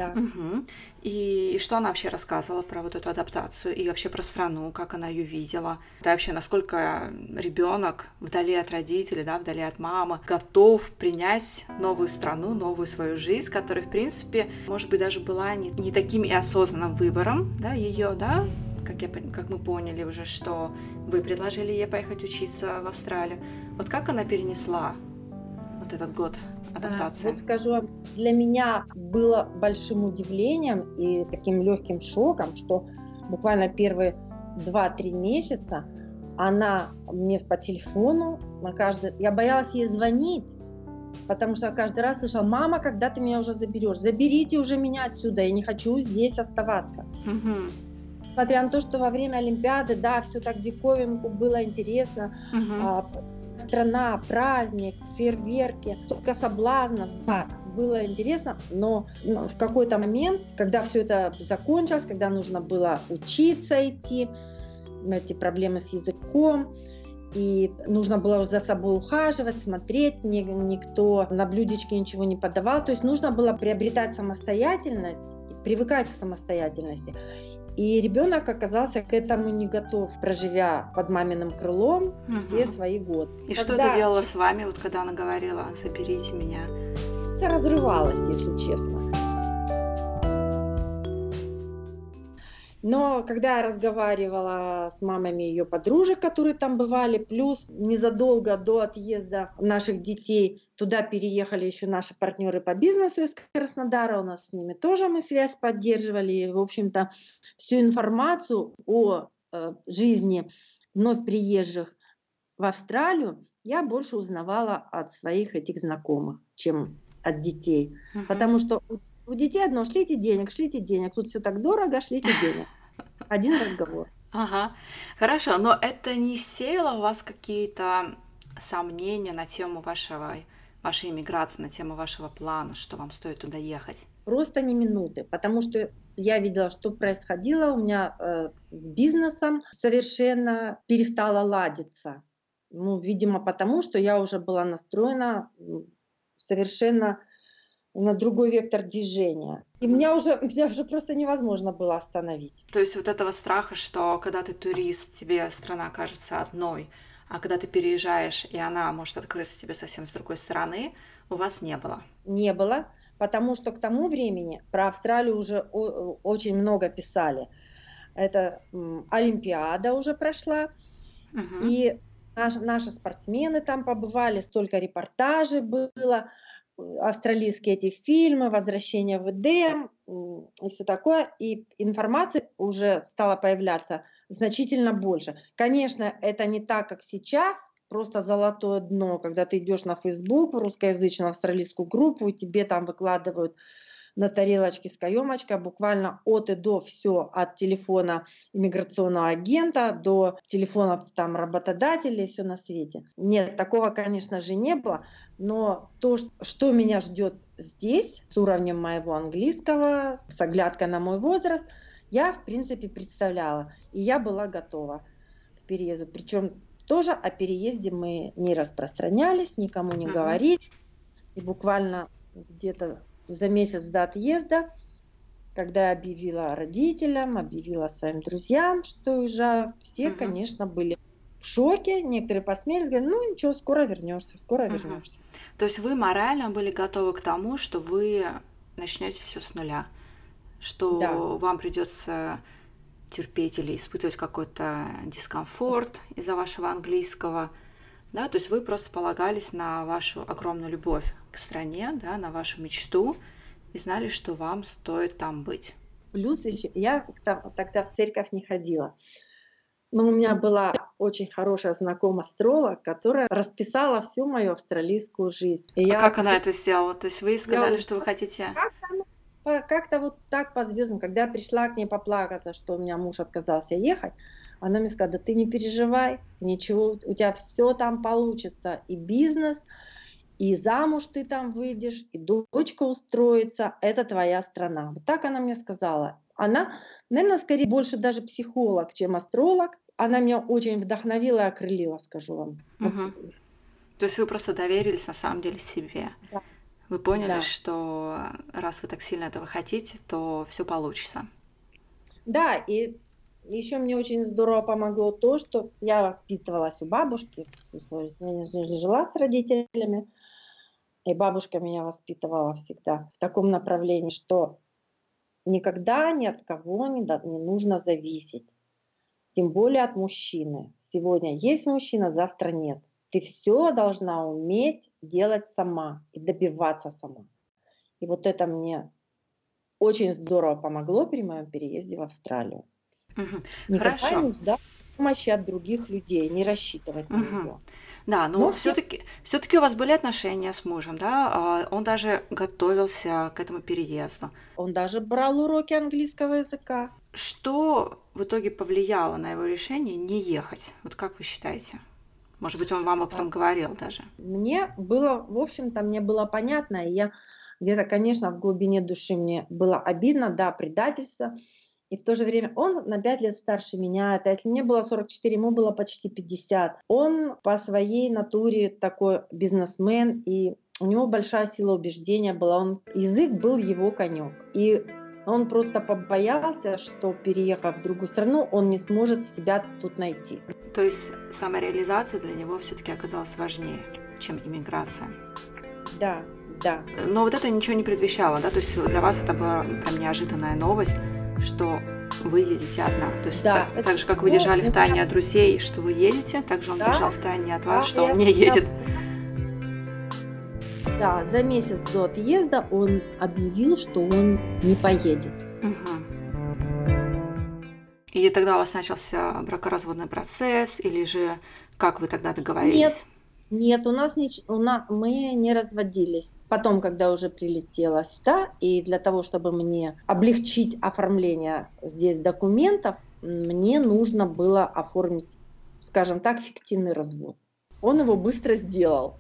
И что она вообще рассказывала про вот эту адаптацию и вообще про страну, как она ее видела? Да, вообще, насколько ребенок вдали от родителей, да, вдали от мамы, готов принять новую страну, новую свою жизнь, которая, в принципе, может быть, даже была не таким и осознанным выбором, да, ее, да, как мы поняли уже, что вы предложили ей поехать учиться в Австралию. Вот как она перенесла вот этот год адаптации? Вот скажу вам, для меня было большим удивлением и таким легким шоком, что буквально первые 2-3 месяца она мне по телефону я боялась ей звонить, потому что я каждый раз слышала: мама, когда ты меня уже заберешь? Заберите уже меня отсюда, я не хочу здесь оставаться. Несмотря на то, что во время Олимпиады, да, все так диковинку было интересно, страна, праздник, фейерверки, только соблазнов, да, было интересно, но в какой-то момент, когда все это закончилось, когда нужно было учиться идти, эти проблемы с языком, и нужно было за собой ухаживать, смотреть, никто на блюдечке ничего не подавал, то есть нужно было приобретать самостоятельность, привыкать к самостоятельности. И ребенок оказался к этому не готов, проживя под маминым крылом все свои годы. И что это делало с вами, вот когда она говорила: заберите меня? Я разрывалась, если честно. Но когда я разговаривала с мамами ее подружек, которые там бывали, плюс незадолго до отъезда наших детей туда переехали еще наши партнеры по бизнесу из Краснодара, у нас с ними тоже мы связь поддерживали, и, в общем-то, всю информацию о жизни вновь приезжих в Австралию я больше узнавала от своих этих знакомых, чем от детей. Потому что у детей одно: шлите денег, тут все так дорого, шлите денег. Один разговор. Ага, хорошо, но это не сеяло у вас какие-то сомнения на тему вашей иммиграции, на тему вашего плана, что вам стоит туда ехать? Просто не минуты, потому что я видела, что происходило у меня с бизнесом, совершенно перестало ладиться. Ну, видимо, потому что я уже была настроена совершенно на другой вектор движения. И меня уже просто невозможно было остановить. То есть вот этого страха, что когда ты турист, тебе страна кажется одной, а когда ты переезжаешь, и она может открыться тебе совсем с другой стороны, у вас не было? Не было, потому что к тому времени про Австралию уже очень много писали. Это Олимпиада уже прошла, и наши спортсмены там побывали, столько репортажей было, австралийские эти фильмы, возвращение в Эдем и все такое, и информации уже стало появляться значительно больше. Конечно, это не так, как сейчас, просто золотое дно, когда ты идешь на Facebook, в русскоязычную австралийскую группу, и тебе там выкладывают на тарелочке с каемочкой буквально от и до все, от телефона иммиграционного агента до телефона там работодателей, все на свете. Нет, такого, конечно же, не было, но то, что меня ждет здесь, с уровнем моего английского, с оглядкой на мой возраст, я, в принципе, представляла, и я была готова к переезду. Причем тоже о переезде мы не распространялись, никому не говорили, и буквально где-то за месяц до отъезда, когда я объявила родителям, объявила своим друзьям, что уезжаю, все, конечно, были в шоке, некоторые посмеялись, говорят: ну ничего, скоро вернешься, скоро вернешься. То есть вы морально были готовы к тому, что вы начнете все с нуля, что вам придется терпеть или испытывать какой-то дискомфорт из-за вашего английского, да, то есть вы просто полагались на вашу огромную любовь к стране, да, на вашу мечту и знали, что вам стоит там быть. Плюс еще я тогда в церковь не ходила, но у меня была очень хорошая знакомая астролог, которая расписала всю мою австралийскую жизнь. И как она это сделала? То есть вы сказали, что вы хотите... Как-то вот так по звездам, когда я пришла к ней поплакаться, что у меня муж отказался ехать, она мне сказала: да ты не переживай, ничего, у тебя все там получится, и бизнес, и замуж ты там выйдешь, и дочка устроится, это твоя страна. Вот так она мне сказала. Она, наверное, скорее больше даже психолог, чем астролог. Она меня очень вдохновила и окрылила, скажу вам. То есть вы просто доверились на самом деле себе. Да. Вы поняли, что раз вы так сильно этого хотите, то все получится. Да, и еще мне очень здорово помогло то, что я воспитывалась у бабушки, всю свою жизнь жила с родителями, и бабушка меня воспитывала всегда в таком направлении, что никогда ни от кого не нужно зависеть, тем более от мужчины. Сегодня есть мужчина, завтра нет. Ты все должна уметь делать сама и добиваться сама. И вот это мне очень здорово помогло при моем переезде в Австралию. Никогда не ждать помощи от других людей, не рассчитывать на нее. Да, но все-таки у вас были отношения с мужем, да? Он даже готовился к этому переезду. Он даже брал уроки английского языка. Что в итоге повлияло на его решение не ехать? Вот как вы считаете? Может быть, он вам об этом говорил даже? Мне было, в общем-то, мне было понятно, и я где-то, конечно, в глубине души мне было обидно, да, предательство, и в то же время он на 5 лет старше меня, это если мне было 44, ему было почти 50. Он по своей натуре такой бизнесмен, и у него большая сила убеждения была, язык был его конек. И он просто побоялся, что, переехав в другую страну, он не сможет себя тут найти. То есть самореализация для него все-таки оказалась важнее, чем иммиграция? Да, да. Но вот это ничего не предвещало, да? То есть для вас это была прям неожиданная новость, что вы едете одна. То есть Да, так же, как вы держали в тайне от друзей, что вы едете, так же он держал в тайне от вас, что он не едет. Да, за месяц до отъезда он объявил, что он не поедет. И тогда у вас начался бракоразводный процесс, или же как вы тогда договорились? Нет, мы не разводились. Потом, когда уже прилетела сюда, и для того, чтобы мне облегчить оформление здесь документов, мне нужно было оформить, скажем так, фиктивный развод. Он его быстро сделал.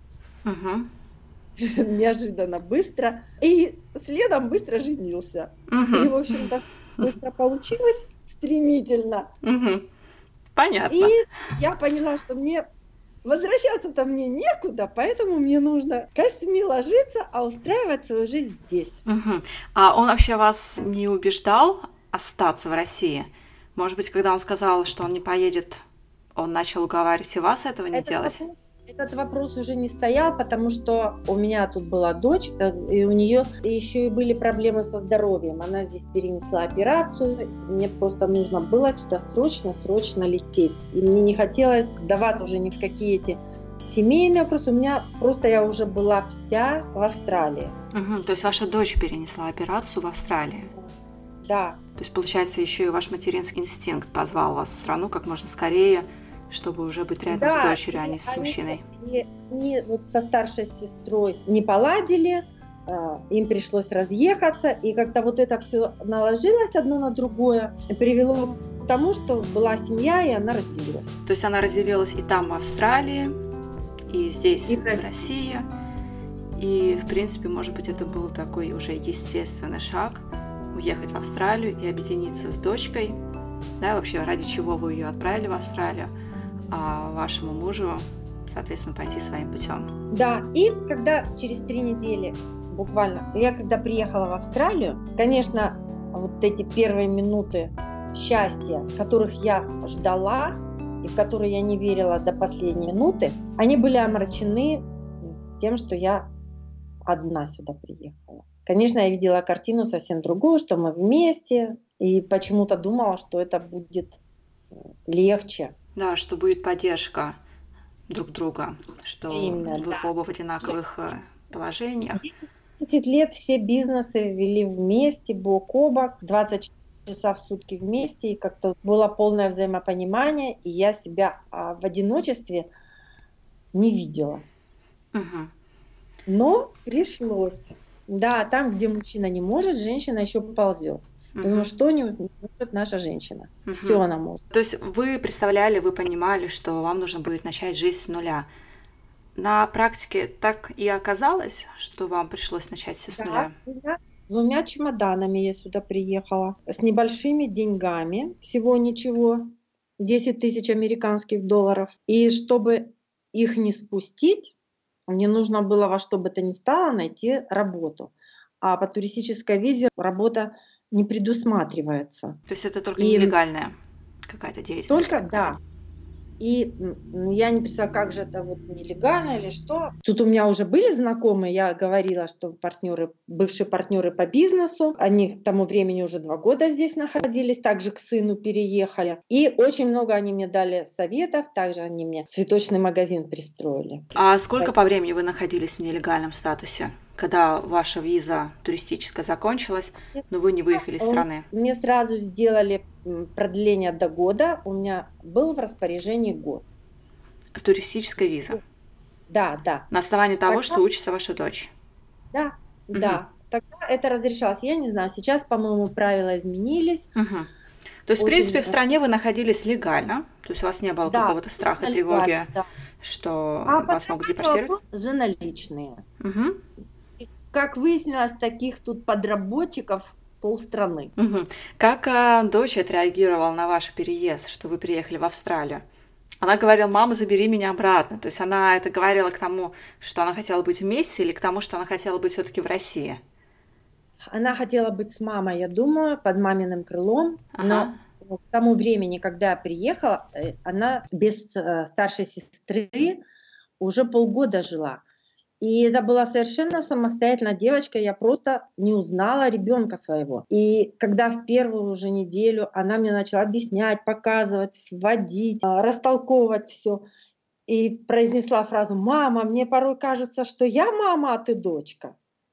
Неожиданно быстро. И следом быстро женился. И, в общем-то, быстро получилось, стремительно. Понятно. И я поняла, что возвращаться-то мне некуда, поэтому мне нужно костьми ложиться, а устраивать свою жизнь здесь. А он вообще вас не убеждал остаться в России? Может быть, когда он сказал, что он не поедет, он начал уговаривать и вас этого не делать? Этот вопрос уже не стоял, потому что у меня тут была дочь, и у нее еще и были проблемы со здоровьем. Она здесь перенесла операцию, мне просто нужно было сюда срочно лететь. И мне не хотелось сдаваться уже ни в какие эти семейные вопросы. Я уже была вся в Австралии. То есть ваша дочь перенесла операцию в Австралии? Да. То есть, получается, еще и ваш материнский инстинкт позвал вас в страну как можно скорее, чтобы уже быть рядом с дочерью, а не с мужчиной. Они вот со старшей сестрой не поладили, им пришлось разъехаться, и как-то вот это все наложилось одно на другое, и привело к тому, что была семья, и она разделилась. То есть она разделилась и там, в Австралии, и здесь, в России. И, в принципе, может быть, это был такой уже естественный шаг уехать в Австралию и объединиться с дочкой. Да, вообще, ради чего вы ее отправили в Австралию, а вашему мужу, соответственно, пойти своим путем. Да, и когда через 3 недели буквально, я когда приехала в Австралию, конечно, вот эти первые минуты счастья, которых я ждала и в которые я не верила до последней минуты, они были омрачены тем, что я одна сюда приехала. Конечно, я видела картину совсем другую, что мы вместе, и почему-то думала, что это будет легче. Да, что будет поддержка друг друга, что вы оба в одинаковых положениях. 10 лет все бизнесы вели вместе, бок о бок, 20 часов в сутки вместе, и как-то было полное взаимопонимание, и я себя в одиночестве не видела. Но пришлось. Да, там, где мужчина не может, женщина еще ползет. Потому что не может наша женщина. Все она может. То есть вы представляли, вы понимали, что вам нужно будет начать жизнь с нуля. На практике так и оказалось, что вам пришлось начать все с нуля? Да, 2 чемоданами я сюда приехала. С небольшими деньгами, всего ничего, 10 тысяч американских долларов. И чтобы их не спустить, мне нужно было во что бы то ни стало найти работу. А по туристической визе работа не предусматривается. То есть это только нелегальная какая-то деятельность? Только, да. И я не представляю, как же это вот нелегально или что. Тут у меня уже были знакомые, я говорила, что бывшие партнеры по бизнесу, они к тому времени уже 2 года здесь находились, также к сыну переехали. И очень много они мне дали советов, также они мне цветочный магазин пристроили. А сколько по времени вы находились в нелегальном статусе, когда ваша виза туристическая закончилась, но вы не выехали из страны? Мне сразу сделали продление до года, у меня был в распоряжении год. Туристическая виза? Да. На основании того, что учится ваша дочь? Да. Тогда это разрешалось. Я не знаю, сейчас, по-моему, правила изменились. То есть, в принципе, в стране вы находились легально, то есть у вас не было какого-то страха, тревоги, что вас могут депортировать? За наличные. Как выяснилось, таких тут подработчиков полстраны. Как дочь отреагировала на ваш переезд, что вы приехали в Австралию? Она говорила: мама, забери меня обратно. То есть она это говорила к тому, что она хотела быть вместе, или к тому, что она хотела быть все-таки в России? Она хотела быть с мамой, я думаю, под маминым крылом. Но к тому времени, когда я приехала, она без старшей сестры уже полгода жила. И это была совершенно самостоятельная девочка, я просто не узнала ребенка своего. И когда в первую же неделю она мне начала объяснять, показывать, вводить, растолковывать все, и произнесла фразу: «Мама, мне порой кажется, что я мама, а ты дочка».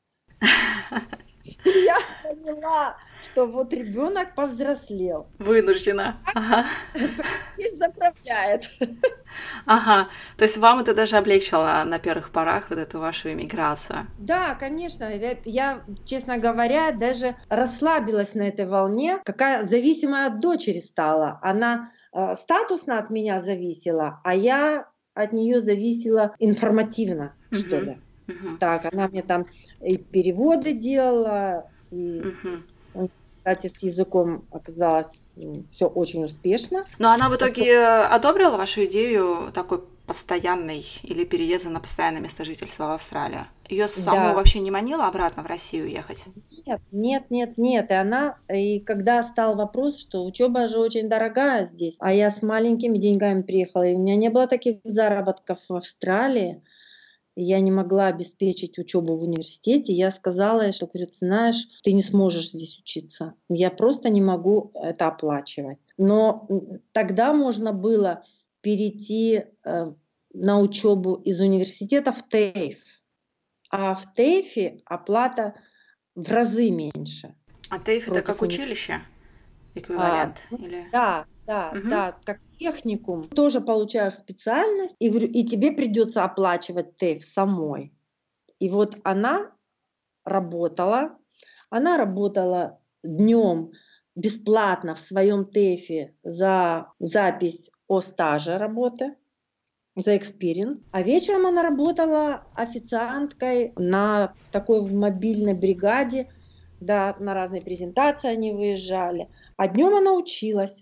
И я поняла, что вот ребенок повзрослел. Вынуждена. Ага. И заправляет. Ага. То есть вам это даже облегчило на первых порах вот эту вашу иммиграцию? Да, конечно. Я, честно говоря, даже расслабилась на этой волне, какая зависимая от дочери стала. Она статусно от меня зависела, а я от нее зависела информативно, что Мгм. ли. Мгм. Так, она мне там и переводы делала, и, Мгм. кстати, с языком оказалось все очень успешно. Но она в Потом- итоге одобрила вашу идею такой постоянной или переезда на постоянное место жительства в Австралию? Ее саму Да, вообще не манило обратно в Россию ехать? нет, нет, нет, нет. И когда стал вопрос, что учеба же очень дорогая здесь, а я с маленькими деньгами приехала, и у меня не было таких заработков в Австралии, и я не могла обеспечить учебу в университете, я сказала ей, что, говорю, ты знаешь, ты не сможешь здесь учиться. Я просто не могу это оплачивать. Но тогда можно было перейти на учебу из университета в ТЭЙФ. А в ТЭЙФе оплата в разы меньше А ТЭЙФ это против как университета. училище? Эквивалент? Ну, Или... да, да, Мгм. да, как техникум. Тоже получаешь специальность, и, говорю, и тебе придется оплачивать ТЭЙФ самой. И вот работала, она работала днем бесплатно в своем ТЭФе за запись о стаже работы, за experience. А вечером она работала официанткой на такой в мобильной бригаде, да, на разные презентации они выезжали. А днем она училась,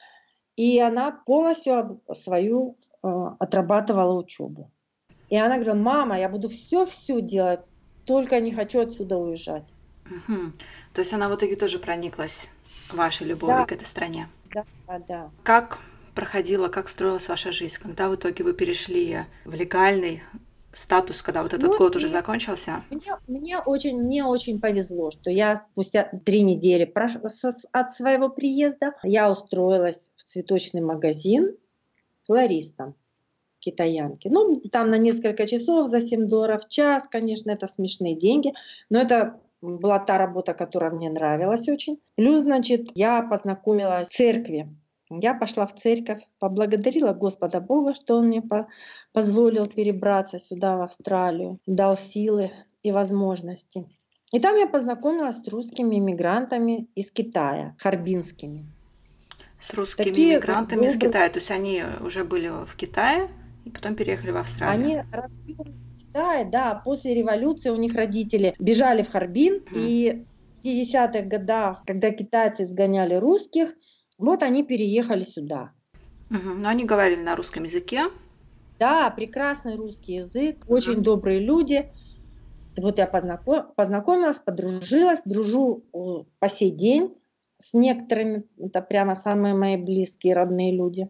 и она полностью свою отрабатывала учебу. И она говорила: «Мама, я буду все делать, только не хочу отсюда уезжать». Мгм. То есть она в итоге тоже прониклась вашей любовью Да, к этой стране. да, да. Как проходила, как строилась ваша жизнь, когда в итоге вы перешли в легальный статус, когда вот этот Ну год уже и закончился? мне очень повезло, что я спустя 3 недели от своего приезда я устроилась в цветочный магазин флористом, китаянки. Ну, там на несколько часов за $7 в час, конечно, это смешные деньги, но это была та работа, которая мне нравилась очень. Плюс, значит, я познакомилась в церкви. Я пошла в церковь, поблагодарила Господа Бога, что Он мне позволил перебраться сюда, в Австралию, дал силы и возможности. И там я познакомилась с русскими иммигрантами из Китая, харбинскими. С русскими Такие иммигрантами из добрые. Китая. То есть они уже были в Китае и потом переехали в Австралию. Они росли в Китае, да, после революции у них родители бежали в Харбин, Мгм. и в 50-х годах, когда китайцы изгоняли русских, вот они переехали сюда. Мгм. Но они говорили на русском языке. Да, прекрасный русский язык, очень Мгм. добрые люди. И вот я познакомилась, подружилась, дружу по сей день с некоторыми, это прямо самые мои близкие, родные люди.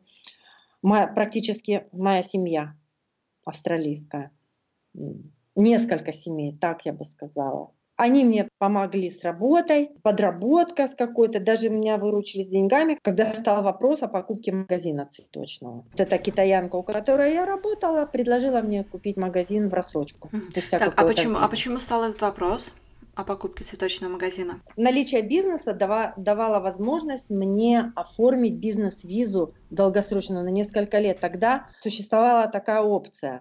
Практически моя семья австралийская. Несколько семей, так я бы сказала. Они мне помогли с работой, подработка с какой-то, даже меня выручили с деньгами, когда стал вопрос о покупке магазина цветочного. Вот эта китаянка, у которой я работала, предложила мне купить магазин в рассрочку Мгм. спустя Так, а какое-то почему, а время. почему стал этот вопрос о покупке цветочного магазина? Наличие бизнеса давало возможность мне оформить бизнес-визу долгосрочную на несколько лет. Тогда существовала такая опция.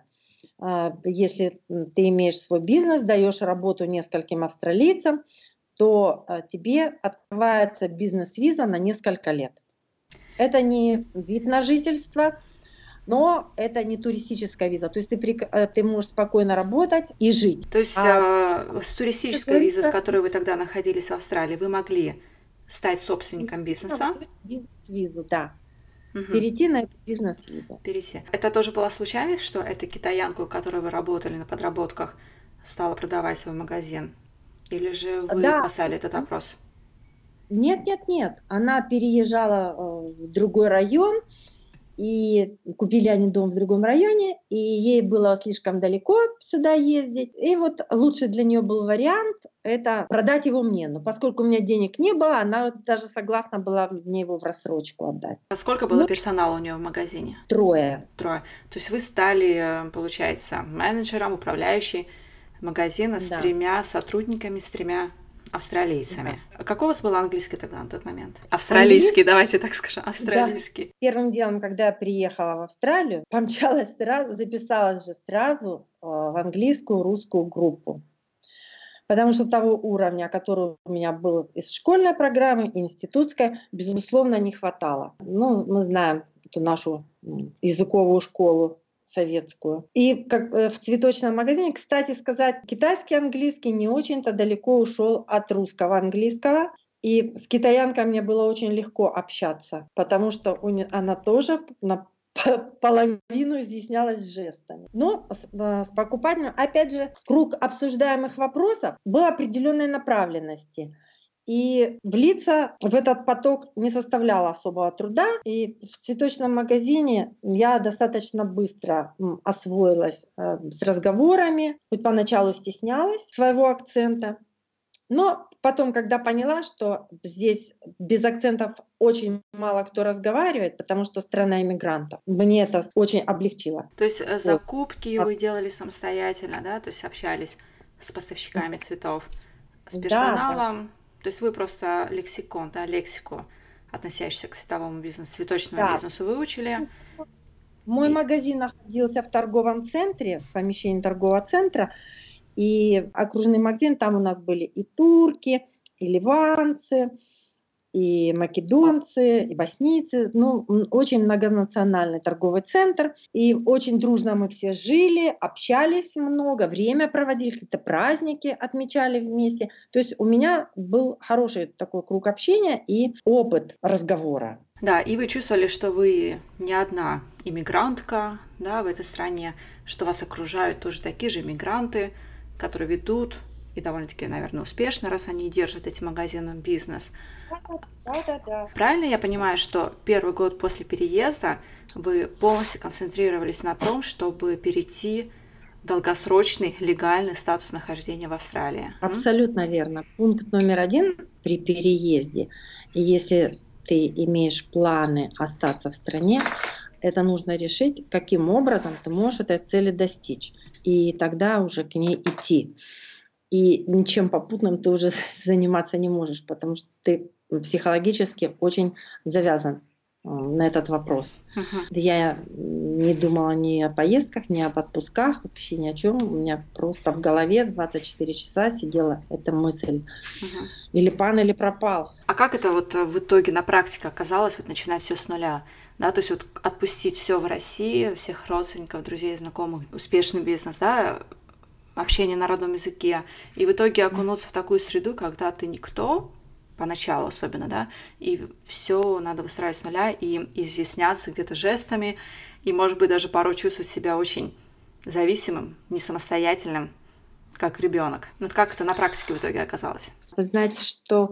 Если ты имеешь свой бизнес, даешь работу нескольким австралийцам, то тебе открывается бизнес-виза на несколько лет. Это не вид на жительство, но это не туристическая виза. То есть ты можешь спокойно работать и жить. То есть А с как туристической визы, с говорится, которой вы тогда находились в Австралии, вы могли стать собственником бизнеса? бизнес-визу, да. Мгм. Перейти на эту бизнес-визу. Перейти. Это тоже была случайность, что эта китаянка, у которой вы работали на подработках, стала продавать свой магазин? Или же вы Да, поставили этот вопрос? нет, нет, нет. Она переезжала в другой район, и купили они дом в другом районе, и ей было слишком далеко сюда ездить. И вот лучший для нее был вариант – это продать его мне. Но поскольку у меня денег не было, она вот даже согласна была мне его в рассрочку отдать. А сколько было персонала у нее в магазине? 3. То есть вы стали, получается, менеджером, управляющей магазина с 3 сотрудниками, с 3 австралийцами. Да. Какой у вас был английский тогда на тот момент? Австралийский, давайте так скажем, австралийский. Да. Первым делом, когда я приехала в Австралию, помчалась сразу, записалась же сразу в английскую русскую группу. Потому что того уровня, который у меня был из школьной программы, институтской, безусловно, не хватало. Ну, мы знаем эту нашу языковую школу советскую. И как в цветочном магазине, кстати сказать, китайский английский не очень-то далеко ушел от русского английского. И с китаянкой мне было очень легко общаться, потому что она тоже половину изъяснялась жестами. Но с покупателем, опять же, круг обсуждаемых вопросов был определенной направленности. И влиться в этот поток не составляло особого труда. И в цветочном магазине я достаточно быстро освоилась с разговорами. Хоть поначалу стеснялась своего акцента. Но потом, когда поняла, что здесь без акцентов очень мало кто разговаривает, потому что страна иммигрантов, мне это очень облегчило. То есть закупки вы делали самостоятельно, да? То есть общались с поставщиками цветов, с персоналом? Да. То есть вы просто лексикон, да, лексику, относящуюся к цветовому бизнесу, цветочному бизнесу выучили? Мой магазин находился в торговом центре, в помещении торгового центра, и окружной магазин, там у нас были и турки, и ливанцы, и македонцы, и боснийцы. Ну, очень многонациональный торговый центр. И очень дружно мы все жили, общались много, время проводили, какие-то праздники отмечали вместе. То есть у меня был хороший такой круг общения и опыт разговора. Да, и вы чувствовали, что вы не одна иммигрантка, да, в этой стране, что вас окружают тоже такие же иммигранты, которые ведут и довольно-таки, наверное, успешно, раз они держат эти магазины, бизнес. Да. Правильно я понимаю, что первый год после переезда вы полностью концентрировались на том, чтобы перейти в долгосрочный легальный статус нахождения в Австралии? Абсолютно верно. Пункт номер 1 при переезде. Если ты имеешь планы остаться в стране, это нужно решить, каким образом ты можешь этой цели достичь. И тогда уже к ней идти. И ничем попутным ты уже заниматься не можешь, потому что ты психологически очень завязан на этот вопрос. Я не думала ни о поездках, ни об отпусках, вообще ни о чем. У меня просто в голове 24 часа сидела эта мысль. Или пан, или пропал. А как это вот в итоге на практике оказалось, вот начинать все с нуля? Да, то есть вот отпустить все в России, всех родственников, друзей, знакомых, успешный бизнес, да, общение на родном языке, и в итоге окунуться в такую среду, когда ты никто, поначалу особенно, да, и все надо выстраивать с нуля и изъясняться где-то жестами, и, может быть, даже порой чувствовать себя очень зависимым, не самостоятельным, как ребенок. Вот как это на практике в итоге оказалось? Вы знаете, что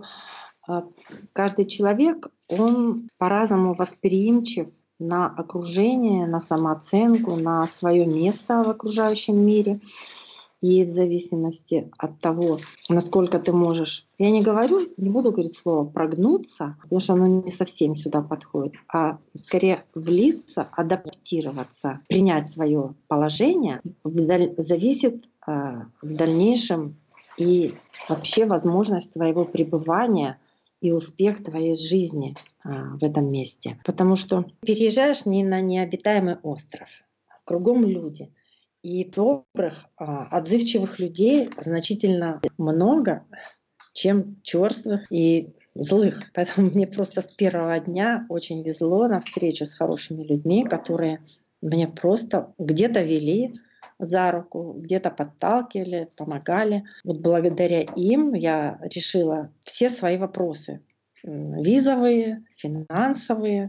каждый человек, он по-разному восприимчив на окружение, на самооценку, на свое место в окружающем мире. И в зависимости от того, насколько ты можешь, я не буду говорить слово прогнуться, потому что оно не совсем сюда подходит, а скорее влиться, адаптироваться, принять свое положение, зависит в дальнейшем и вообще возможность твоего пребывания и успех твоей жизни в этом месте. Потому что переезжаешь не на необитаемый остров, кругом люди. И добрых, отзывчивых людей значительно много, чем черствых и злых. Поэтому мне просто с первого дня очень везло на встречу с хорошими людьми, которые меня просто где-то вели за руку, где-то подталкивали, помогали. Вот благодаря им я решила все свои вопросы. Визовые, финансовые,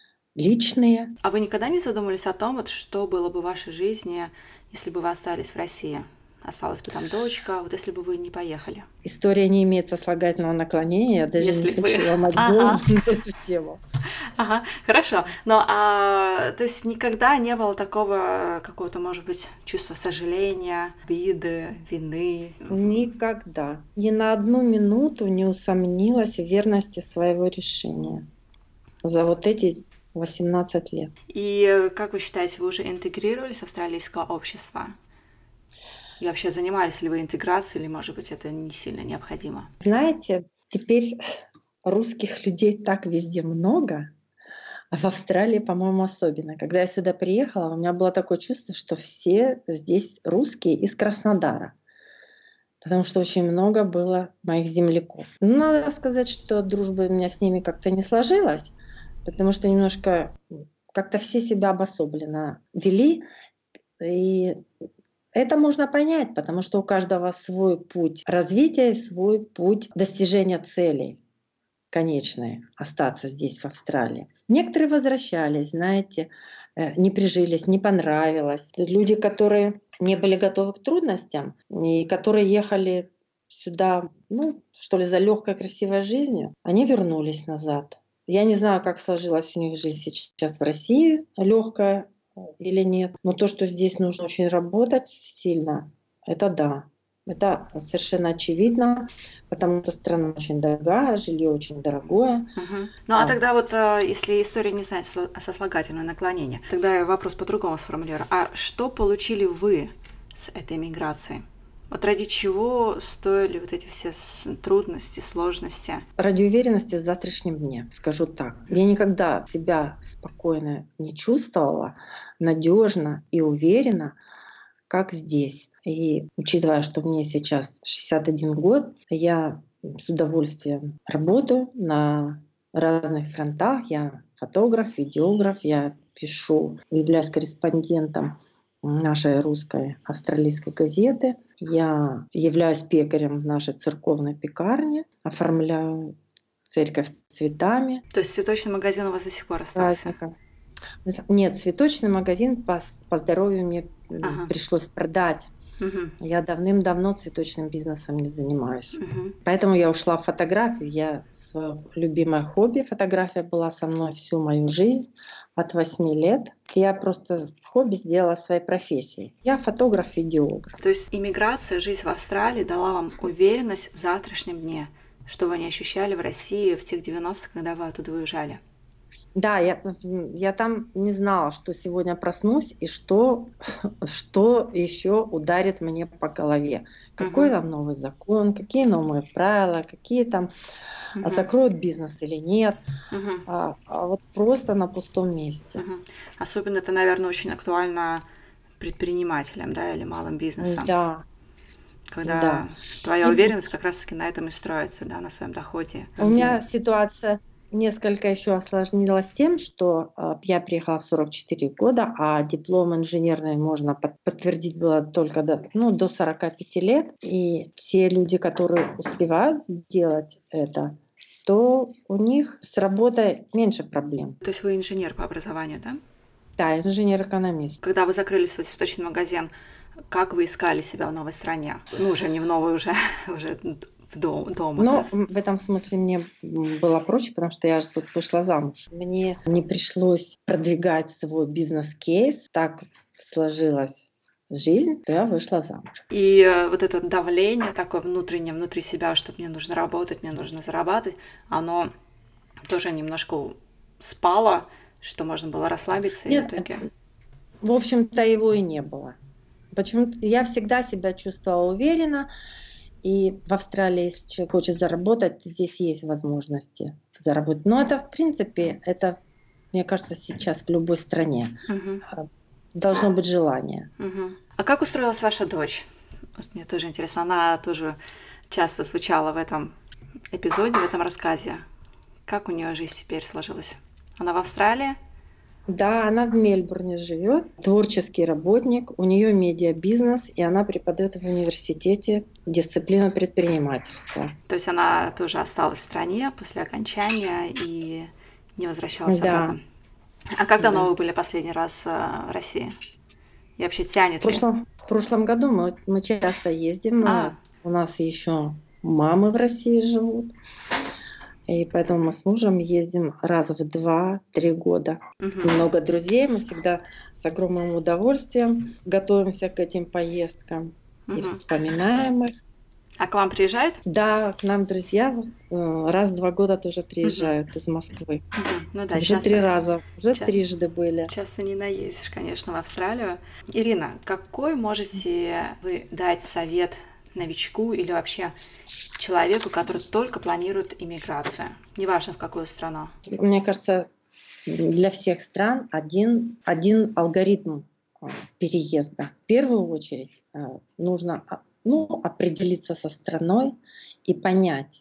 личные. А вы никогда не задумывались о том, вот, что было бы в вашей жизни, если бы вы остались в России? осталась бы там дочка, вот если бы вы не поехали? История не имеет сослагательного наклонения, я даже Если не бы... хочу ломать голову Ага, на эту тему. ага, хорошо. Но, то есть никогда не было такого какого-то, может быть, чувства сожаления, обиды, вины? Никогда, ни на одну минуту не усомнилась в верности своего решения за вот эти 18 лет. И как вы считаете, вы уже интегрировались в австралийское общество? И вообще занимались ли вы интеграцией, или, может быть, это не сильно необходимо? Знаете, теперь русских людей так везде много, а в Австралии, по-моему, особенно. Когда я сюда приехала, у меня было такое чувство, что все здесь русские из Краснодара, потому что очень много было моих земляков. Ну, надо сказать, что дружба у меня с ними как-то не сложилась, потому что немножко как-то все себя обособленно вели. И это можно понять, потому что у каждого свой путь развития и свой путь достижения целей конечной остаться здесь, в Австралии. Некоторые возвращались, знаете, не прижились, не понравилось. Люди, которые не были готовы к трудностям и которые ехали сюда, ну, что ли, за легкой, красивой жизнью, они вернулись назад. Я не знаю, как сложилась у них жизнь сейчас в России, легкая или нет. Но то, что здесь нужно очень работать сильно, это да. Это совершенно очевидно, потому что страна очень дорогая, жилье очень дорогое. Мгм. Ну, а тогда вот, если история не знает сослагательное наклонение, тогда я вопрос по-другому сформулирую. А что получили вы с этой миграцией? Вот ради чего стоили вот эти все трудности, сложности? Ради уверенности в завтрашнем дне, скажу так. Я никогда себя спокойно не чувствовала, надежно и уверенно, как здесь. И учитывая, что мне сейчас 61 год, я с удовольствием работаю на разных фронтах. Я фотограф, видеограф, я пишу, являюсь корреспондентом нашей русской австралийской газеты. Я являюсь пекарем в нашей церковной пекарне, оформляю церковь цветами. То есть цветочный магазин у вас до сих пор остался? Праздником. Нет, цветочный магазин по здоровью мне Ага. пришлось продать. Мгм. Я давным-давно цветочным бизнесом не занимаюсь. Мгм. Поэтому я ушла в фотографию. Я свое любимое хобби. Фотография была со мной всю мою жизнь от 8 лет. Я просто хобби сделала своей профессией. Я фотограф-видеограф. То есть иммиграция, жизнь в Австралии дала вам уверенность в завтрашнем дне, что вы не ощущали в России в тех 90-х, когда вы оттуда уезжали? Да, я там не знала, что сегодня проснусь и что еще ударит мне по голове. Какой Мгм. там новый закон, какие новые правила, какие там Мгм. закроют бизнес или нет. Мгм. А вот просто на пустом месте. Мгм. Особенно это, наверное, очень актуально предпринимателям, да, или малым бизнесом, Да, да. когда твоя И уверенность как раз-таки на этом и строится, да, на своем доходе. у меня ситуация несколько еще осложнилась тем, что я приехала в 44 года, а диплом инженерный можно подтвердить было только до 45 лет. И те люди, которые успевают сделать это, то у них с работой меньше проблем. То есть вы инженер по образованию, да? Да, инженер-экономист. Когда вы закрыли свой цветочный магазин, как вы искали себя в новой стране? Ну, уже не в новой, уже дома, Но да? в этом смысле мне было проще, потому что я же тут вышла замуж. Мне не пришлось продвигать свой бизнес-кейс. Так сложилась жизнь, то я вышла замуж. И вот это давление такое внутреннее, внутри себя, что мне нужно работать, мне нужно зарабатывать, оно тоже немножко спало, что можно было расслабиться, и в Нет, итоге... в общем-то, его и не было. Почему-то я всегда себя чувствовала уверенно, и в Австралии, если человек хочет заработать, здесь есть возможности заработать. Но это, в принципе, мне кажется, сейчас в любой стране Мгм. должно быть желание. Мгм. А как устроилась ваша дочь? Вот мне тоже интересно. Она тоже часто звучала в этом эпизоде, в этом рассказе. Как у нее жизнь теперь сложилась? Она в Австралии? Да, она в Мельбурне живет, творческий работник, у нее медиабизнес, и она преподает в университете дисциплину предпринимательства. То есть она тоже осталась в стране после окончания и не возвращалась Да, обратно. А как давно да. вы были последний раз в России? И вообще В тянет ли? прошлом, В прошлом году мы часто ездим, у нас еще мамы в России живут, и поэтому мы с мужем ездим раз в 2-3 года. Много друзей, мы всегда с огромным удовольствием готовимся к этим поездкам и вспоминаем их. А к вам приезжают? Да, к нам друзья раз в 2 года тоже приезжают из Москвы. Ну да, уже 3 раза, уже трижды были. Часто не наездишь, конечно, в Австралию. Ирина, какой можете вы дать совет новичку или вообще человеку, который только планирует иммиграцию, неважно в какую страну? Мне кажется, для всех стран один алгоритм переезда. В первую очередь нужно определиться со страной и понять,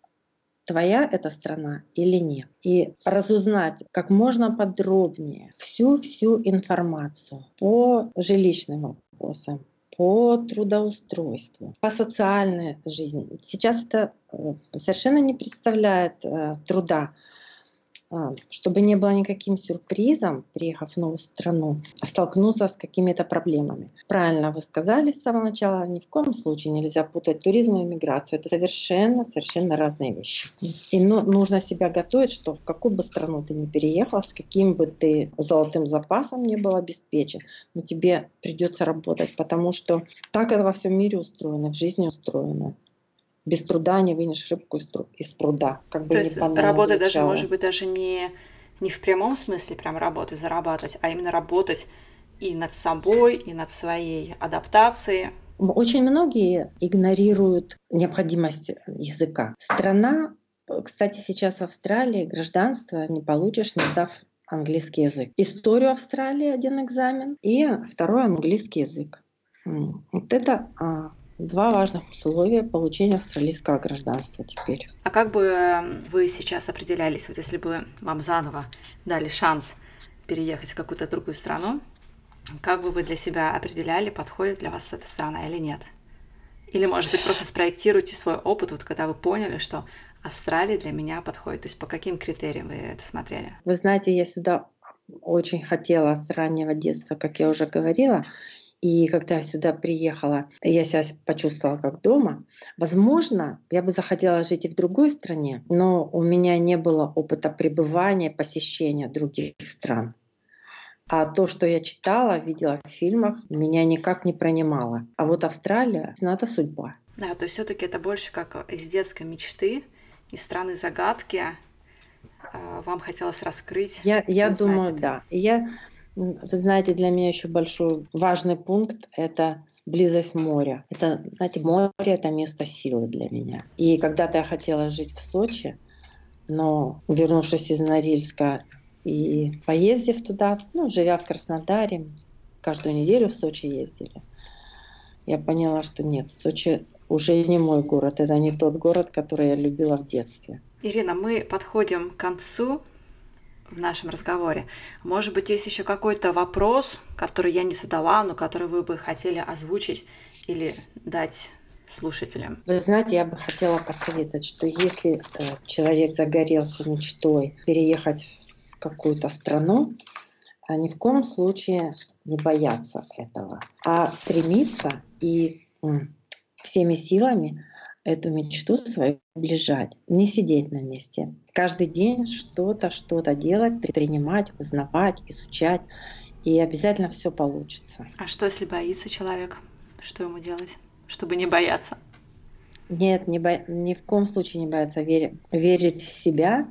твоя эта страна или нет. И разузнать как можно подробнее всю информацию по жилищным вопросам, по трудоустройству, по социальной жизни. Сейчас это совершенно не представляет труда, чтобы не было никаким сюрпризом, приехав в новую страну, столкнуться с какими-то проблемами. Правильно вы сказали с самого начала, ни в коем случае нельзя путать туризм и миграцию. Это совершенно разные вещи. И нужно себя готовить, что в какую бы страну ты ни переехал, с каким бы ты золотым запасом не был обеспечен, но тебе придется работать, потому что так это во всем мире устроено, в жизни устроено. Без труда не вынешь рыбку из пруда. Как бы то есть работать даже, может быть, даже не в прямом смысле прям работать, зарабатывать, а именно работать и над собой, и над своей адаптацией. Очень многие игнорируют необходимость языка. Страна, кстати, сейчас в Австралии гражданство не получишь, не сдав английский язык. Историю Австралии один экзамен и второй английский язык. Вот это 2 важных условия получения австралийского гражданства теперь. А как бы вы сейчас определялись, вот если бы вам заново дали шанс переехать в какую-то другую страну, как бы вы для себя определяли, подходит для вас эта страна или нет? Или, может быть, просто спроектируйте свой опыт, вот когда вы поняли, что Австралия для меня подходит. То есть по каким критериям вы это смотрели? Вы знаете, я сюда очень хотела с раннего детства, как я уже говорила. И когда я сюда приехала, я себя почувствовала как дома. Возможно, я бы захотела жить и в другой стране, но у меня не было опыта пребывания, посещения других стран. А то, что я читала, видела в фильмах, меня никак не пронимало. А вот Австралия, это судьба. Да, то есть все-таки это больше как из детской мечты, из страны загадки. Вам хотелось раскрыть. Я думаю, да. Вы знаете, для меня еще большой важный пункт — это близость моря. Это, знаете, море — это место силы для меня. И когда-то я хотела жить в Сочи, но, вернувшись из Норильска и поездив туда, живя в Краснодаре, каждую неделю в Сочи ездили, я поняла, что нет, Сочи уже не мой город, это не тот город, который я любила в детстве. Ирина, мы подходим к концу в нашем разговоре. Может быть, есть еще какой-то вопрос, который я не задала, но который вы бы хотели озвучить или дать слушателям? Вы знаете, я бы хотела посоветовать, что если человек загорелся мечтой переехать в какую-то страну, ни в коем случае не бояться этого, а стремиться и всеми силами эту мечту свою приближать, не сидеть на месте. Каждый день что-то делать, предпринимать, узнавать, изучать, и обязательно все получится. А что, если боится человек? Что ему делать, чтобы не бояться? Нет, ни в коем случае не бояться, верить в себя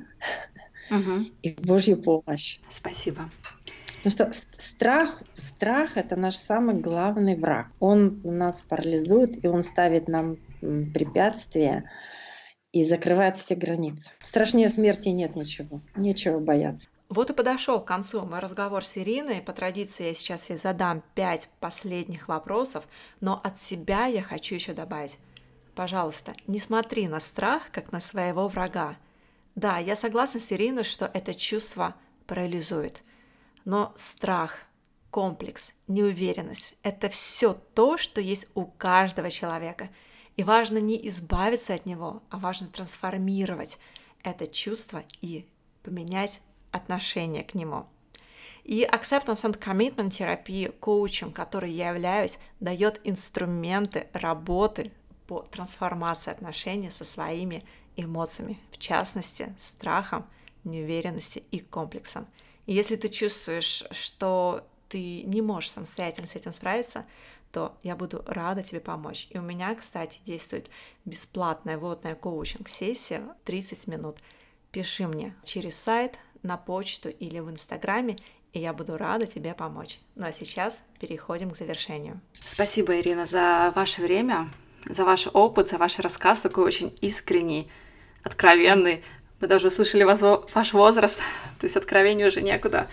и в Божью помощь. Спасибо. Потому что страх — это наш самый главный враг. Он нас парализует, и он ставит нам препятствия и закрывает все границы. Страшнее смерти нет ничего. Нечего бояться. Вот и подошел к концу мой разговор с Ириной. По традиции я сейчас ей задам 5 последних вопросов, но от себя я хочу еще добавить. Пожалуйста, не смотри на страх, как на своего врага. Да, я согласна с Ириной, что это чувство парализует. Но страх, комплекс, неуверенность – это все то, что есть у каждого человека. И важно не избавиться от него, а важно трансформировать это чувство и поменять отношение к нему. И Acceptance and Commitment терапия, коучем, которой я являюсь, дает инструменты работы по трансформации отношений со своими эмоциями, в частности, страхом, неуверенностью и комплексом. И если ты чувствуешь, что ты не можешь самостоятельно с этим справиться, то я буду рада тебе помочь. И у меня, кстати, действует бесплатная вводная коучинг-сессия 30 минут. Пиши мне через сайт, на почту или в Инстаграме, и я буду рада тебе помочь. Ну а сейчас переходим к завершению. Спасибо, Ирина, за ваше время, за ваш опыт, за ваш рассказ, такой очень искренний, откровенный. Мы даже услышали ваш возраст, то есть откровению уже некуда.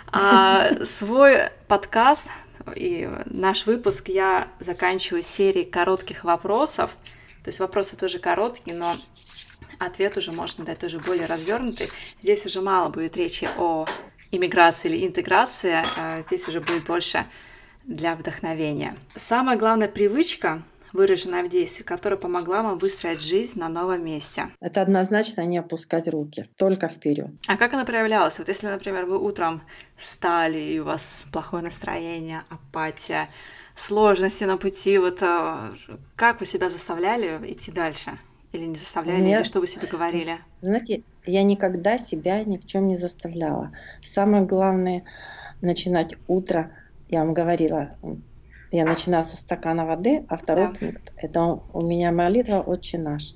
Свой подкаст и наш выпуск я заканчиваю серией коротких вопросов. То есть вопросы тоже короткие, но ответ уже можно дать тоже более развернутый. Здесь уже мало будет речи о иммиграции или интеграции, здесь уже будет больше для вдохновения. Самая главная привычка, выраженная в действии, которая помогла вам выстроить жизнь на новом месте. Это однозначно не опускать руки, только вперед. А как она проявлялась? Вот если, например, вы утром встали, и у вас плохое настроение, апатия, сложности на пути, вот как вы себя заставляли идти дальше? Или не заставляли, или что вы себе говорили? Знаете, я никогда себя ни в чем не заставляла. Самое главное начинать утро, я вам говорила, я начинаю со стакана воды, а второй пункт – это у меня молитва «Отче наш».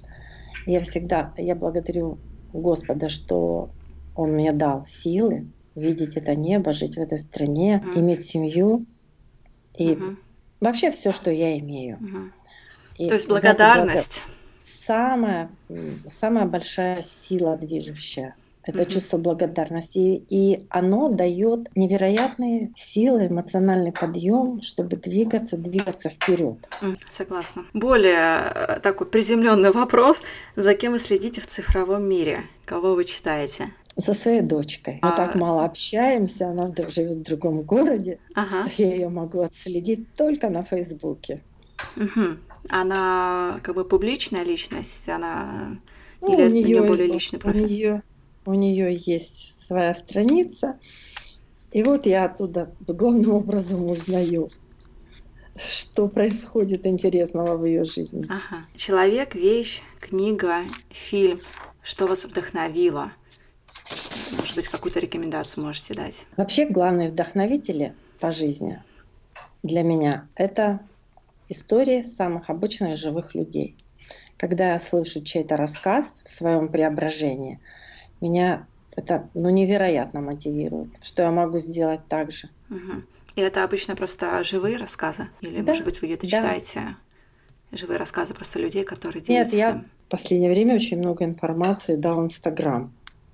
Я благодарю Господа, что Он мне дал силы видеть это небо, жить в этой стране, иметь семью и вообще все, что я имею. И, то есть благодарность. Знаете, самая большая сила движущая. Это чувство благодарности. И оно дает невероятные силы, эмоциональный подъем, чтобы двигаться вперед. Согласна. Более такой приземленный вопрос. За кем вы следите в цифровом мире? Кого вы читаете? За своей дочкой. Мы так мало общаемся, она живет в другом городе, что я ее могу отследить только на Фейсбуке. Она как бы публичная личность? Она или у нее более личный профиль? У нее есть своя страница, и вот я оттуда главным образом узнаю, что происходит интересного в ее жизни. Человек, вещь, книга, фильм, что вас вдохновило? Может быть, какую-то рекомендацию можете дать? Вообще, главные вдохновители по жизни для меня — это истории самых обычных живых людей. Когда я слышу чей-то рассказ в своем преображении, меня это невероятно мотивирует, что я могу сделать так же. И это обычно просто живые рассказы? Или, может быть, вы где-то читаете живые рассказы просто людей, которые делятся? Нет, я в последнее время очень много информации дал в Инстаграм.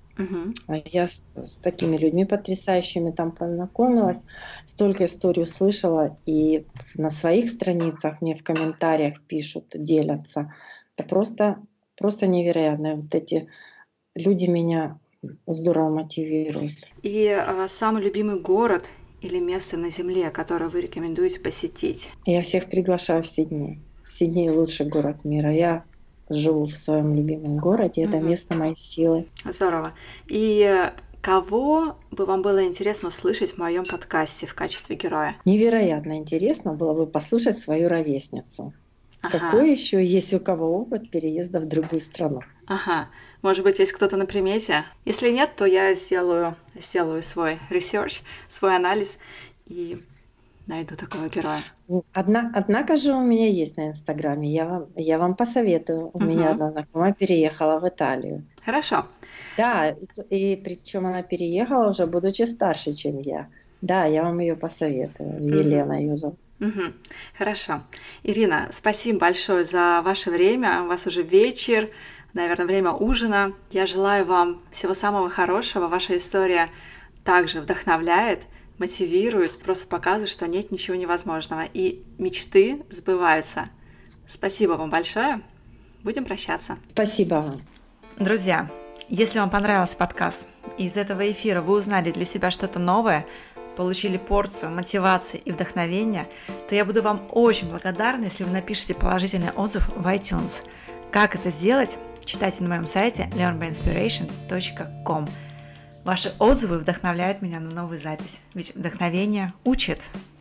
Я с такими людьми потрясающими там познакомилась, столько историй услышала, и на своих страницах мне в комментариях пишут, делятся. Это просто невероятно. Вот эти люди меня здорово мотивируют. И самый любимый город или место на Земле, которое вы рекомендуете посетить? Я всех приглашаю в Сидней. Сидней — лучший город мира. Я живу в своем любимом городе, это место моей силы. Здорово. И кого бы вам было интересно услышать в моем подкасте в качестве героя? Невероятно интересно было бы послушать свою ровесницу. Какой еще есть у кого опыт переезда в другую страну? Может быть, есть кто-то на примете? Если нет, то я сделаю свой research, свой анализ и найду такого героя. Однако же у меня есть на Инстаграме. Я вам посоветую. У меня одна знакомая переехала в Италию. Хорошо. Да, и причем она переехала уже, будучи старше, чем я. Да, я вам ее посоветую. Елена ее зовут. Хорошо. Ирина, спасибо большое за ваше время. У вас уже вечер, наверное, время ужина. Я желаю вам всего самого хорошего. Ваша история также вдохновляет, мотивирует, просто показывает, что нет ничего невозможного. И мечты сбываются. Спасибо вам большое. Будем прощаться. Спасибо вам. Друзья, если вам понравился подкаст, и из этого эфира вы узнали для себя что-то новое, получили порцию мотивации и вдохновения, то я буду вам очень благодарна, если вы напишите положительный отзыв в iTunes. Как это сделать? Читайте на моем сайте learnbyinspiration.com. Ваши отзывы вдохновляют меня на новую запись, ведь вдохновение учит.